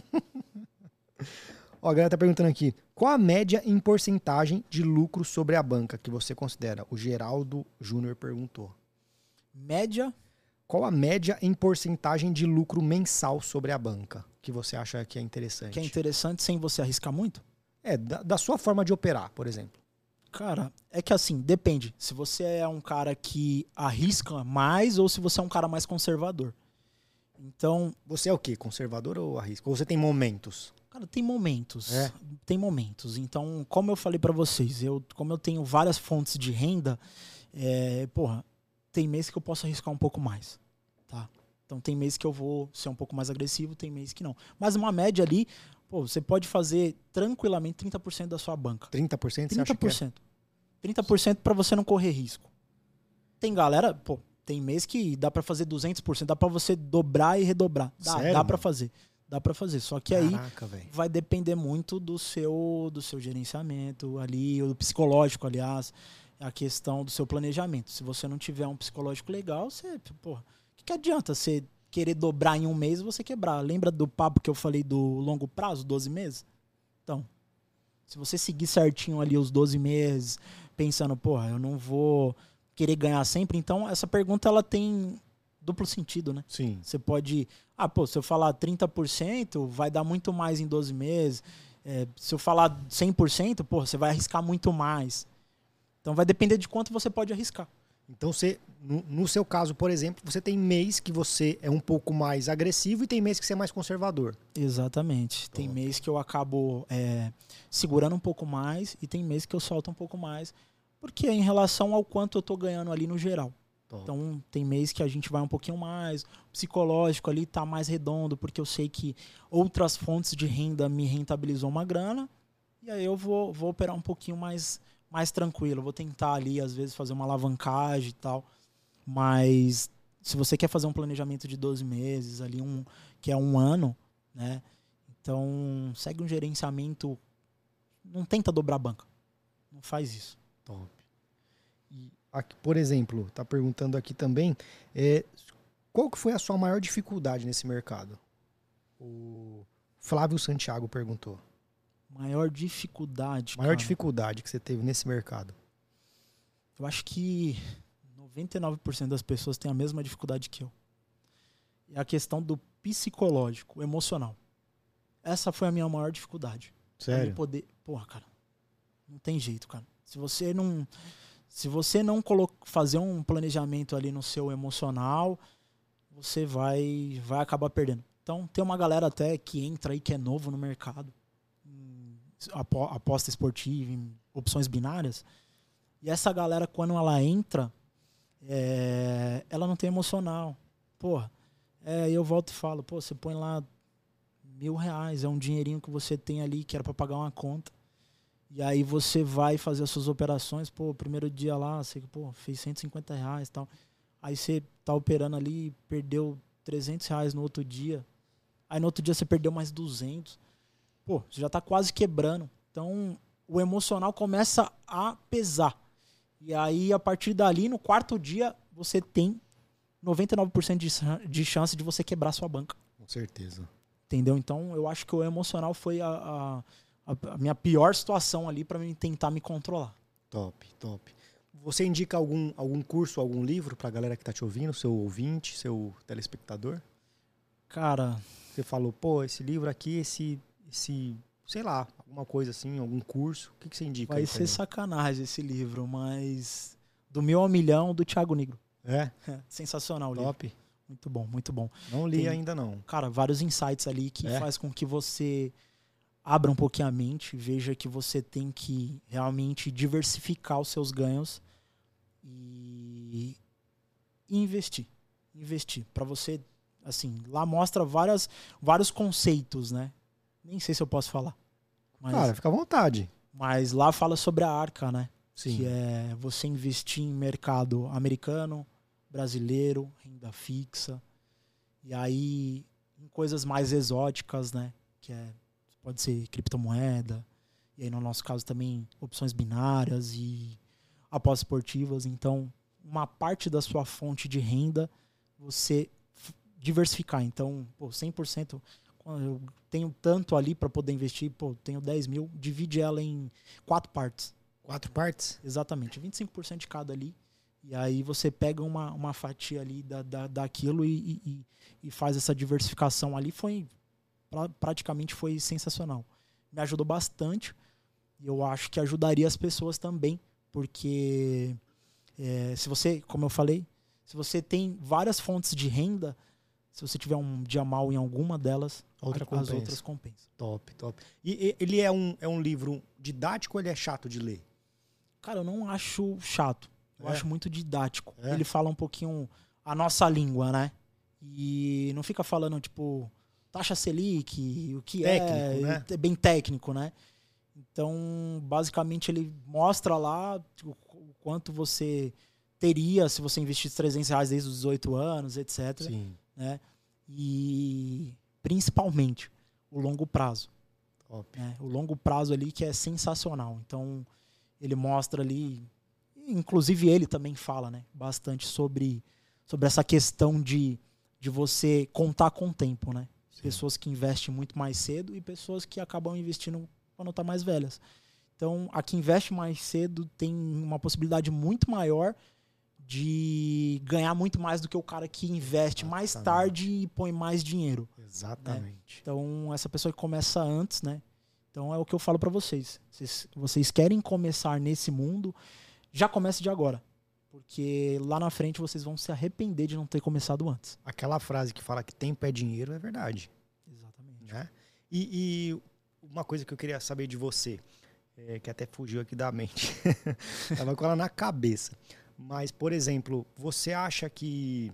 Ó, a galera tá perguntando aqui, qual a média em porcentagem de lucro sobre a banca que você considera? O Geraldo Júnior perguntou. Média? Qual a média em porcentagem de lucro mensal sobre a banca que você acha que é interessante? Que é interessante sem você arriscar muito? Da sua forma de operar, por exemplo. Cara, é que assim, depende. Se você é um cara que arrisca mais ou se você é um cara mais conservador. Então... Você é o quê? Conservador ou arrisca? Ou você tem momentos? Cara, tem momentos. Tem momentos. Então, como eu falei pra vocês, como eu tenho várias fontes de renda, tem mês que eu posso arriscar um pouco mais, tá? Então tem mês que eu vou ser um pouco mais agressivo, tem mês que não. Mas uma média ali, você pode fazer tranquilamente 30% da sua banca. 30%? Você acha que é? 30% para você não correr risco. Tem galera, tem mês que dá para fazer 200%, dá para você dobrar e redobrar. Dá para fazer. Dá para fazer. Só que Caraca, aí vai depender muito do seu gerenciamento ali, do psicológico, aliás. A questão do seu planejamento. Se você não tiver um psicológico legal, o que adianta você querer dobrar em um mês e você quebrar? Lembra do papo que eu falei do longo prazo, 12 meses? Então, se você seguir certinho ali os 12 meses, pensando, eu não vou querer ganhar sempre, então essa pergunta ela tem duplo sentido, né? Sim. Você pode, se eu falar 30%, vai dar muito mais em 12 meses. Se eu falar 100%, você vai arriscar muito mais. Então vai depender de quanto você pode arriscar. Então no seu caso, por exemplo, você tem mês que você é um pouco mais agressivo e tem mês que você é mais conservador. Exatamente. Tem mês que eu acabo segurando um pouco mais e tem mês que eu solto um pouco mais, porque é em relação ao quanto eu estou ganhando ali no geral. Então tem mês que a gente vai um pouquinho mais, o psicológico ali está mais redondo, porque eu sei que outras fontes de renda me rentabilizou uma grana, e aí eu vou operar um pouquinho mais tranquilo. Vou tentar ali, às vezes, fazer uma alavancagem e tal. Mas se você quer fazer um planejamento de 12 meses, ali que é um ano, né? Então, segue um gerenciamento. Não tenta dobrar a banca. Não faz isso. Top. E aqui, por exemplo, tá perguntando aqui também, qual que foi a sua maior dificuldade nesse mercado? O Flávio Santiago perguntou. Maior dificuldade, Maior dificuldade que você teve nesse mercado? Eu acho que 99% das pessoas têm a mesma dificuldade que eu. É a questão do psicológico, emocional. Essa foi a minha maior dificuldade. Sério? Cara, não tem jeito, cara. Se você não fazer um planejamento ali no seu emocional, você vai acabar perdendo. Então, tem uma galera até que entra aí que é novo no mercado, aposta esportiva, em opções binárias, e essa galera, quando ela entra, ela não tem emocional. Eu volto e falo, você põe lá R$1.000, é um dinheirinho que você tem ali que era para pagar uma conta, e aí você vai fazer as suas operações, primeiro dia lá, você fez R$150 e tal, aí você tá operando ali, perdeu R$300 no outro dia, aí no outro dia você perdeu mais 200. Você já tá quase quebrando. Então, o emocional começa a pesar. E aí, a partir dali, no quarto dia, você tem 99% de chance de você quebrar sua banca. certeza. Entendeu? Então, eu acho que o emocional foi a minha pior situação ali para mim tentar me controlar. Top, top. Você indica algum curso, algum livro pra galera que tá te ouvindo, seu ouvinte, seu telespectador? Cara... Você falou, pô, esse livro aqui, esse sei lá, alguma coisa assim, algum curso. O que você indica? Vai ser sacanagem esse livro, mas... Do 1.000 ao milhão, do Thiago Nigro. É? Sensacional o Top. livro. Muito bom, muito bom. Não li ainda não. Cara, vários insights ali que faz com que você abra um pouquinho a mente, veja que você tem que realmente diversificar os seus ganhos e investir. Investir. Pra você, assim, lá mostra vários conceitos, né? Nem sei se eu posso falar. Mas, cara, fica à vontade. Mas lá fala sobre a arca, né? Sim. Que é você investir em mercado americano, brasileiro, renda fixa. E aí, em coisas mais exóticas, né? Que pode ser criptomoeda. E aí, no nosso caso, também opções binárias e apostas esportivas. Então, uma parte da sua fonte de renda, você diversificar. Então, 100%, eu tenho tanto ali para poder investir, tenho 10 mil, divide ela em 4 partes. 4 partes? Exatamente, 25% de cada ali. E aí você pega uma fatia ali daquilo e faz essa diversificação ali. Praticamente foi sensacional. Me ajudou bastante. E eu acho que ajudaria as pessoas também. Porque se você, como eu falei, se você tem várias fontes de renda, se você tiver um dia mal em alguma delas, as outras compensam. Top, top. E ele é um livro didático ou ele é chato de ler? Cara, eu não acho chato. Eu acho muito didático. É? Ele fala um pouquinho a nossa língua, né? E não fica falando, tipo, taxa Selic, o que técnico, né? É bem técnico, né? Então, basicamente, ele mostra lá o quanto você teria se você investisse R$300 desde os 18 anos, etc. Sim. Né? E, principalmente, o longo prazo. Top. Né? O longo prazo ali que é sensacional. Então, ele mostra ali... Inclusive ele também fala, né, bastante sobre essa questão de você contar com o tempo, né? Sim. Pessoas que investem muito mais cedo e pessoas que acabam investindo quando estão mais velhas. Então, a que investe mais cedo tem uma possibilidade muito maior de ganhar muito mais do que o cara que investe mais tarde e põe mais dinheiro. Exatamente. Né? Então, essa pessoa que começa antes, né? Então, é o que eu falo para vocês. Vocês querem começar nesse mundo... Já comece de agora, porque lá na frente vocês vão se arrepender de não ter começado antes. Aquela frase que fala que tempo é dinheiro é verdade. Exatamente. Né? E uma coisa que eu queria saber de você, que até fugiu aqui da mente, tava com ela na cabeça. Mas, por exemplo, você acha que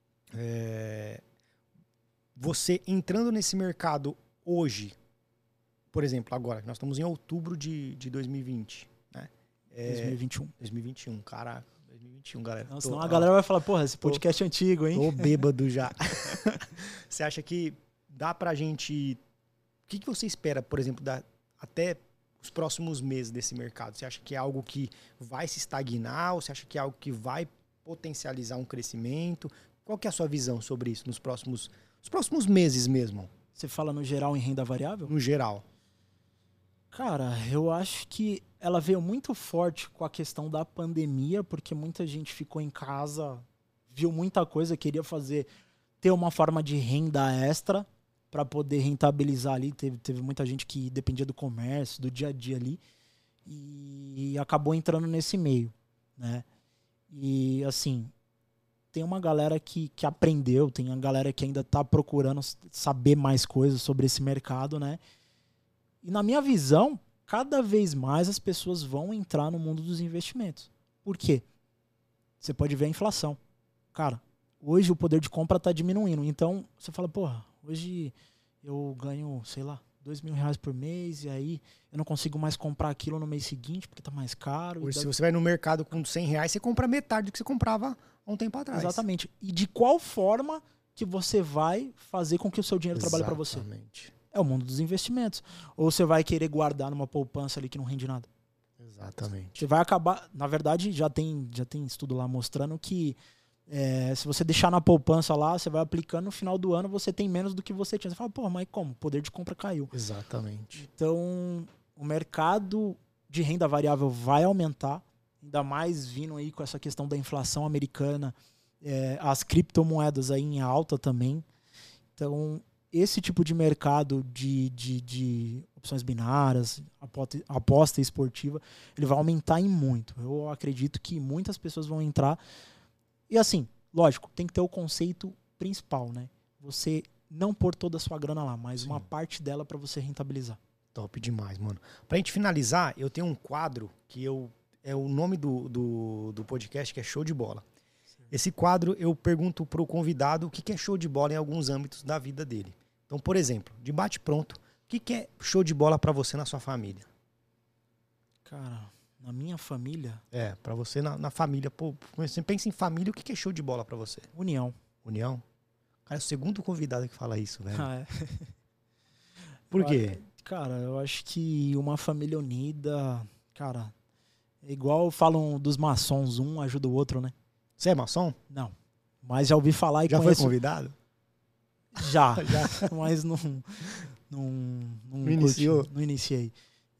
você entrando nesse mercado hoje, por exemplo, agora, nós estamos em outubro de 2020, né? 2021, caraca. 2021, galera. Não, senão a galera vai falar, porra, esse podcast é antigo, hein? Tô bêbado já. Você acha que dá pra gente... O que você espera, por exemplo, até os próximos meses desse mercado? Você acha que é algo que vai se estagnar ou você acha que é algo que vai potencializar um crescimento? Qual que é a sua visão sobre isso nos próximos meses mesmo? Você fala no geral em renda variável? No geral. Cara, eu acho que ela veio muito forte com a questão da pandemia, porque muita gente ficou em casa, viu muita coisa, queria ter uma forma de renda extra para poder rentabilizar ali. Teve muita gente que dependia do comércio, do dia a dia ali, e acabou entrando nesse meio, né? E, assim, tem uma galera que aprendeu, tem uma galera que ainda tá procurando saber mais coisas sobre esse mercado, né? E na minha visão, cada vez mais as pessoas vão entrar no mundo dos investimentos. Por quê? Você pode ver a inflação. Cara, hoje o poder de compra está diminuindo. Então, você fala, porra, hoje eu ganho, sei lá, R$2.000 por mês e aí eu não consigo mais comprar aquilo no mês seguinte porque está mais caro. Hoje, se você vai no mercado com R$100, você compra metade do que você comprava há um tempo atrás. Exatamente. E de qual forma que você vai fazer com que o seu dinheiro trabalhe para você? Exatamente. É o mundo dos investimentos. Ou você vai querer guardar numa poupança ali que não rende nada? Exatamente. Você vai acabar... Na verdade, já tem estudo lá mostrando que Se você deixar na poupança lá, você vai aplicando, no final do ano você tem menos do que você tinha. Você fala, pô, mas como? O poder de compra caiu. Exatamente. Então, o mercado de renda variável vai aumentar, ainda mais vindo aí com essa questão da inflação americana, as criptomoedas aí em alta também. Então, esse tipo de mercado de opções binárias, aposta esportiva, ele vai aumentar em muito. Eu acredito que muitas pessoas vão entrar. E assim, lógico, tem que ter o conceito principal, né? Você não pôr toda a sua grana lá, mas uma parte dela para você rentabilizar. Top demais, mano. Pra gente finalizar, eu tenho um quadro que é o nome do podcast, que é Show de Bola. Sim. Esse quadro eu pergunto pro convidado o que é show de bola em alguns âmbitos da vida dele. Então, por exemplo, de bate pronto, o que é show de bola pra você na sua família? Cara, na minha família... Pra você na família. Pô, você pensa em família, o que é show de bola pra você? União. União? Cara, é o segundo convidado que fala isso, velho. Ah, é. Por quê? Cara, eu acho que uma família unida, cara, é igual falam dos maçons, um ajuda o outro, né? Você é maçom? Não, mas já ouvi falar e já conheço... foi convidado? Já, mas não iniciou? Não iniciei.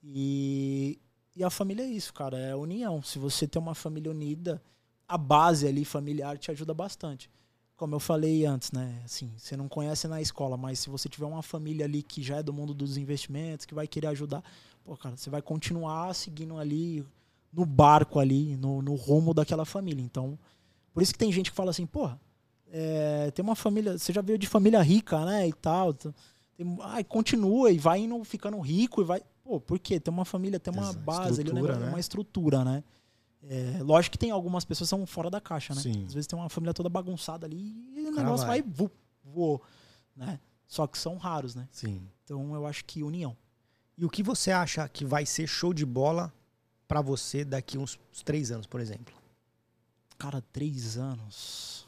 E a família é isso, cara, é união. Se você tem uma família unida, a base ali familiar te ajuda bastante. Como eu falei antes, né? Assim, você não conhece na escola, mas se você tiver uma família ali que já é do mundo dos investimentos, que vai querer ajudar, pô, cara, você vai continuar seguindo ali no barco ali, no rumo daquela família. Então, por isso que tem gente que fala assim, porra, tem uma família, você já veio de família rica, né, e tal. Continua e vai indo, ficando rico e vai... Pô, por quê? Tem uma família, tem uma base ali, né? Uma estrutura, né? Lógico que tem algumas pessoas que são fora da caixa, né? Sim. Às vezes tem uma família toda bagunçada ali e o negócio vai voou, né? Só que são raros, né? Sim. Então eu acho que união. E o que você acha que vai ser show de bola pra você daqui uns 3 anos, por exemplo? Cara, 3 anos...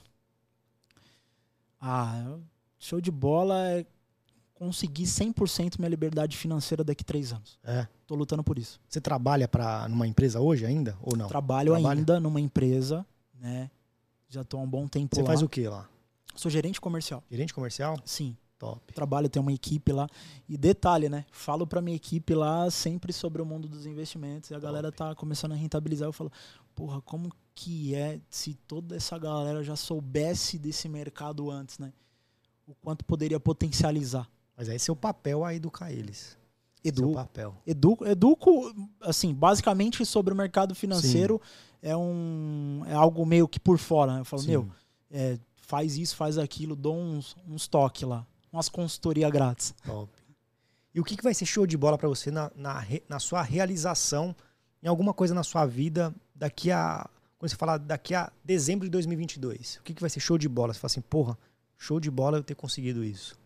show de bola é conseguir 100% minha liberdade financeira daqui a 3 anos. Tô lutando por isso. Você trabalha numa empresa hoje ainda ou não? Trabalho ainda numa empresa, né? Já tô há um bom tempo lá. Você faz o que lá? Sou gerente comercial. Gerente comercial? Sim. Top. Trabalho, tenho uma equipe lá. E detalhe, né? Falo pra minha equipe lá sempre sobre o mundo dos investimentos. E a galera tá começando a rentabilizar. Eu falo, porra, como que é se toda essa galera já soubesse desse mercado antes, né? O quanto poderia potencializar. Mas aí seu papel é educar eles. Seu papel. Educo, assim, basicamente sobre o mercado financeiro. É algo meio que por fora, né? Eu falo, faz isso, faz aquilo, dou uns toques lá. Umas consultoria grátis. Top. E o que vai ser show de bola pra você na sua realização em alguma coisa na sua vida quando você falar daqui a dezembro de 2022? O que vai ser show de bola? Você fala assim, porra, show de bola eu ter conseguido isso.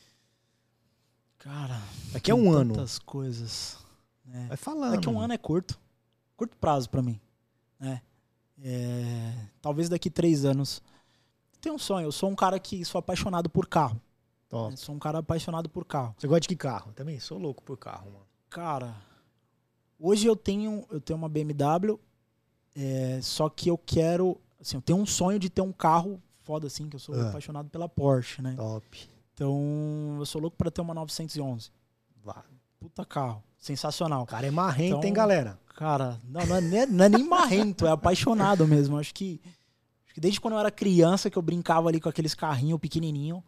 Cara, daqui a um ano. Tantas coisas. Né? Vai falando. Daqui a um ano é curto. Curto prazo pra mim. Né? Talvez daqui 3 anos. Tenho um sonho. Eu sou um cara que sou apaixonado por carro. Top. Sou um cara apaixonado por carro. Você gosta de que carro? Também sou louco por carro, mano. Cara, hoje eu tenho uma BMW, só que eu quero... Assim, eu tenho um sonho de ter um carro foda, assim, que eu sou apaixonado pela Porsche, né? Top. Então, eu sou louco pra ter uma 911. Puta carro. Sensacional. O cara é marrento, hein, galera? Cara, não é nem marrento, é apaixonado mesmo. Acho que desde quando eu era criança que eu brincava ali com aqueles carrinhos pequenininhos,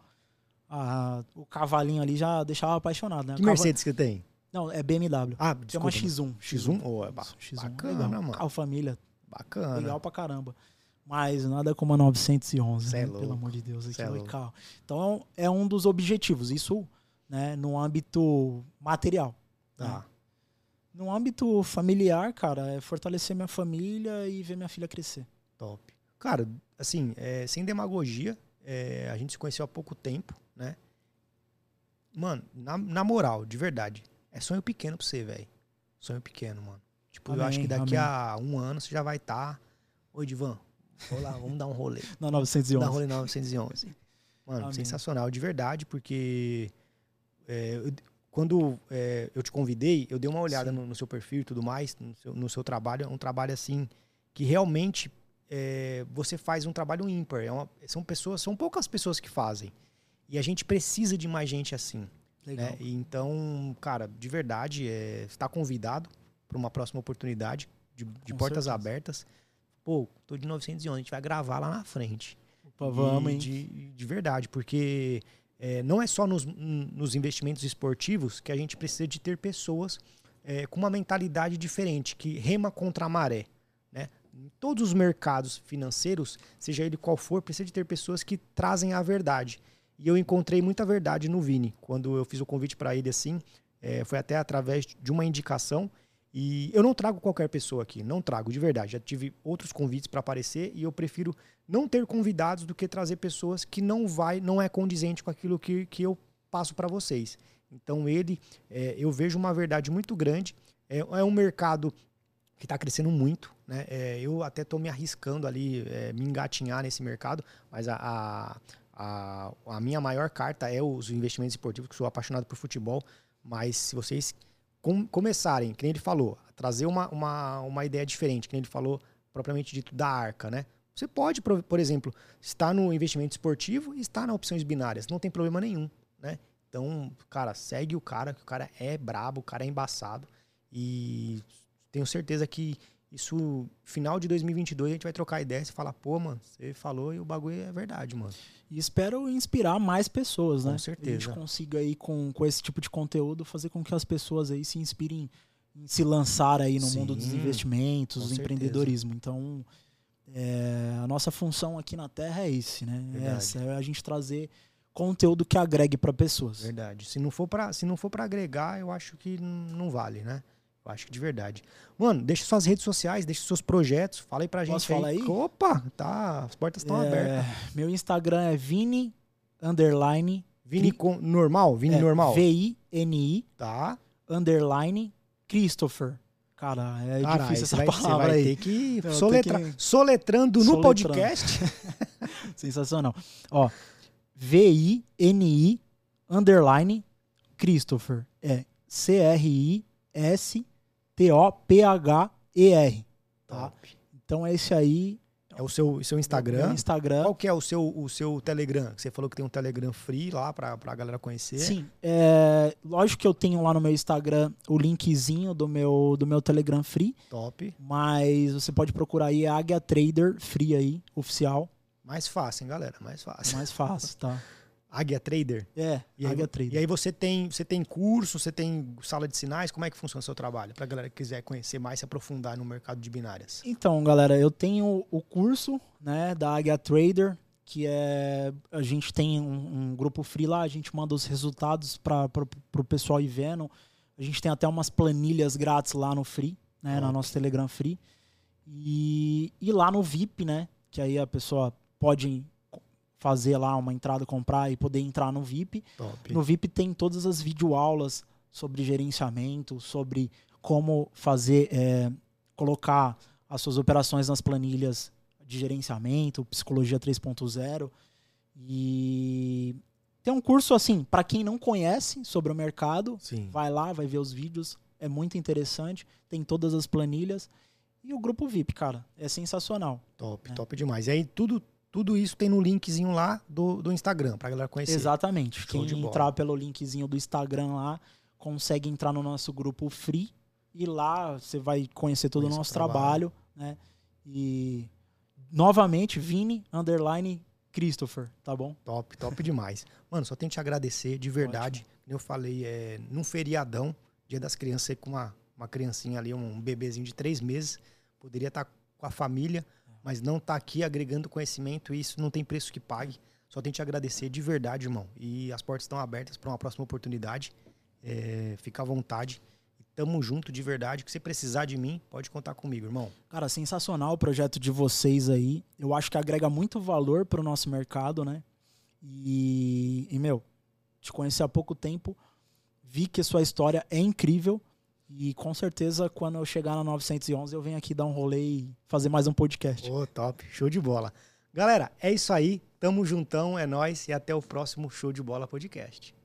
o cavalinho ali já deixava apaixonado, né? Que Mercedes que tem? Não, é BMW. Desculpa. Tem uma X1. X1? X1. Bacana, legal. mano. Carro família. Bacana. Legal pra caramba. Mas nada como a 911, né? Louco. Pelo amor de Deus. Aquilo carro. Então é um dos objetivos. Isso, né, no âmbito material. Né? No âmbito familiar, cara, é fortalecer minha família e ver minha filha crescer. Top. Cara, assim, sem demagogia, a gente se conheceu há pouco tempo, né? Mano, na moral, de verdade, é sonho pequeno pra você, velho. Sonho pequeno, mano. Tipo, eu acho que daqui a um ano você já vai estar... Oi, Divan, vamos dar um rolê. Na 911. Dar um rolê na 911. Mano, sensacional, de verdade, porque quando eu te convidei, eu dei uma olhada no seu perfil e tudo mais, no seu trabalho. É um trabalho, assim, que realmente você faz um trabalho ímpar. São poucas pessoas que fazem. E a gente precisa de mais gente assim. Legal. Né? Então, cara, de verdade, está convidado para uma próxima oportunidade de portas abertas. Pô, tô de 911, a gente vai gravar lá na frente. Opa, vamos, hein? De verdade, porque não é só nos investimentos esportivos que a gente precisa de ter pessoas com uma mentalidade diferente, que rema contra a maré. Né? Em todos os mercados financeiros, seja ele qual for, precisa de ter pessoas que trazem a verdade. E eu encontrei muita verdade no Vini. Quando eu fiz o convite para ele assim, foi até através de uma indicação. E eu não trago qualquer pessoa aqui, não trago, de verdade. Já tive outros convites para aparecer e eu prefiro não ter convidados do que trazer pessoas que não é condizente com aquilo que eu passo para vocês. Então eu vejo uma verdade muito grande. É um mercado que está crescendo muito, né? Eu até estou me arriscando ali, me engatinhar nesse mercado, mas a minha maior carta é os investimentos esportivos, que sou apaixonado por futebol, mas se vocês começarem, que nem ele falou, a trazer uma ideia diferente, que nem ele falou propriamente dito da Arca, né? Você pode, por exemplo, estar no investimento esportivo e estar na opções binárias, não tem problema nenhum, né? Então, cara, segue o cara, que o cara é brabo, o cara é embaçado e tenho certeza que isso, final de 2022, a gente vai trocar ideia e falar, pô, mano, você falou e o bagulho é verdade, mano. E espero inspirar mais pessoas, né? Com certeza. A gente consiga aí, com esse tipo de conteúdo, fazer com que as pessoas aí se inspirem em se lançar aí no mundo dos investimentos, do empreendedorismo. Então, a nossa função aqui na Terra é esse, né? Essa, é a gente trazer conteúdo que agregue para pessoas. Verdade. Se não for para agregar, eu acho que não vale, né? Eu acho que de verdade. Mano, deixa suas redes sociais, deixa seus projetos. Fala aí pra gente. Posso falar aí? Opa, as portas estão abertas. Meu Instagram é Vini_. Vini normal? Vini normal? VINI. Tá. _ Christopher. Cara, difícil essa palavra você vai aí. Ter que soletrando no podcast. Sensacional. Ó, VINI _ Christopher. CRISTOPHER. Tá? Então é esse aí. É o seu Instagram. Instagram. Qual que é o seu Telegram? Você falou que tem um Telegram free lá pra galera conhecer. Sim. Lógico que eu tenho lá no meu Instagram o linkzinho do meu Telegram free. Top. Mas você pode procurar aí a Águia Trader free aí, oficial. Mais fácil, hein, galera? Mais fácil. Mais fácil, tá. Águia Trader? Águia Trader. E aí você tem curso, você tem sala de sinais? Como é que funciona o seu trabalho? Pra galera que quiser conhecer mais, se aprofundar no mercado de binárias. Então, galera, eu tenho o curso, né, da Águia Trader, que a gente tem um grupo free lá, a gente manda os resultados pro pessoal ir vendo. A gente tem até umas planilhas grátis lá no free, né, no nosso Telegram free. E lá no VIP, né, que aí a pessoa pode fazer lá uma entrada, comprar e poder entrar no VIP. Top. No VIP tem todas as videoaulas sobre gerenciamento, sobre como fazer, colocar as suas operações nas planilhas de gerenciamento, Psicologia 3.0. E tem um curso, assim, para quem não conhece sobre o mercado, Sim. Vai lá, vai ver os vídeos, é muito interessante, tem todas as planilhas. E o grupo VIP, cara, é sensacional. Top, top demais. E aí tudo isso tem no linkzinho lá do Instagram, pra galera conhecer. Exatamente. Show Quem entrar pelo linkzinho do Instagram lá, consegue entrar no nosso grupo free. E lá você vai conhecer todo o nosso trabalho, né? E, novamente, Vini _ Christopher, tá bom? Top demais. Mano, só tenho que te agradecer, de verdade. Ótimo. Como eu falei, num feriadão, Dia das Crianças, você com uma criancinha ali, um bebezinho de 3 meses, poderia estar com a família, mas não tá aqui agregando conhecimento e isso não tem preço que pague. Só tenho que te agradecer de verdade, irmão. E as portas estão abertas para uma próxima oportunidade. Fica à vontade. Tamo junto de verdade. O que você precisar de mim, pode contar comigo, irmão. Cara, sensacional o projeto de vocês aí. Eu acho que agrega muito valor pro nosso mercado, né? E meu, te conheci há pouco tempo, vi que a sua história é incrível. E com certeza, quando eu chegar na 911, eu venho aqui dar um rolê e fazer mais um podcast. Top. Show de bola. Galera, é isso aí. Tamo juntão, é nóis. E até o próximo Show de Bola Podcast.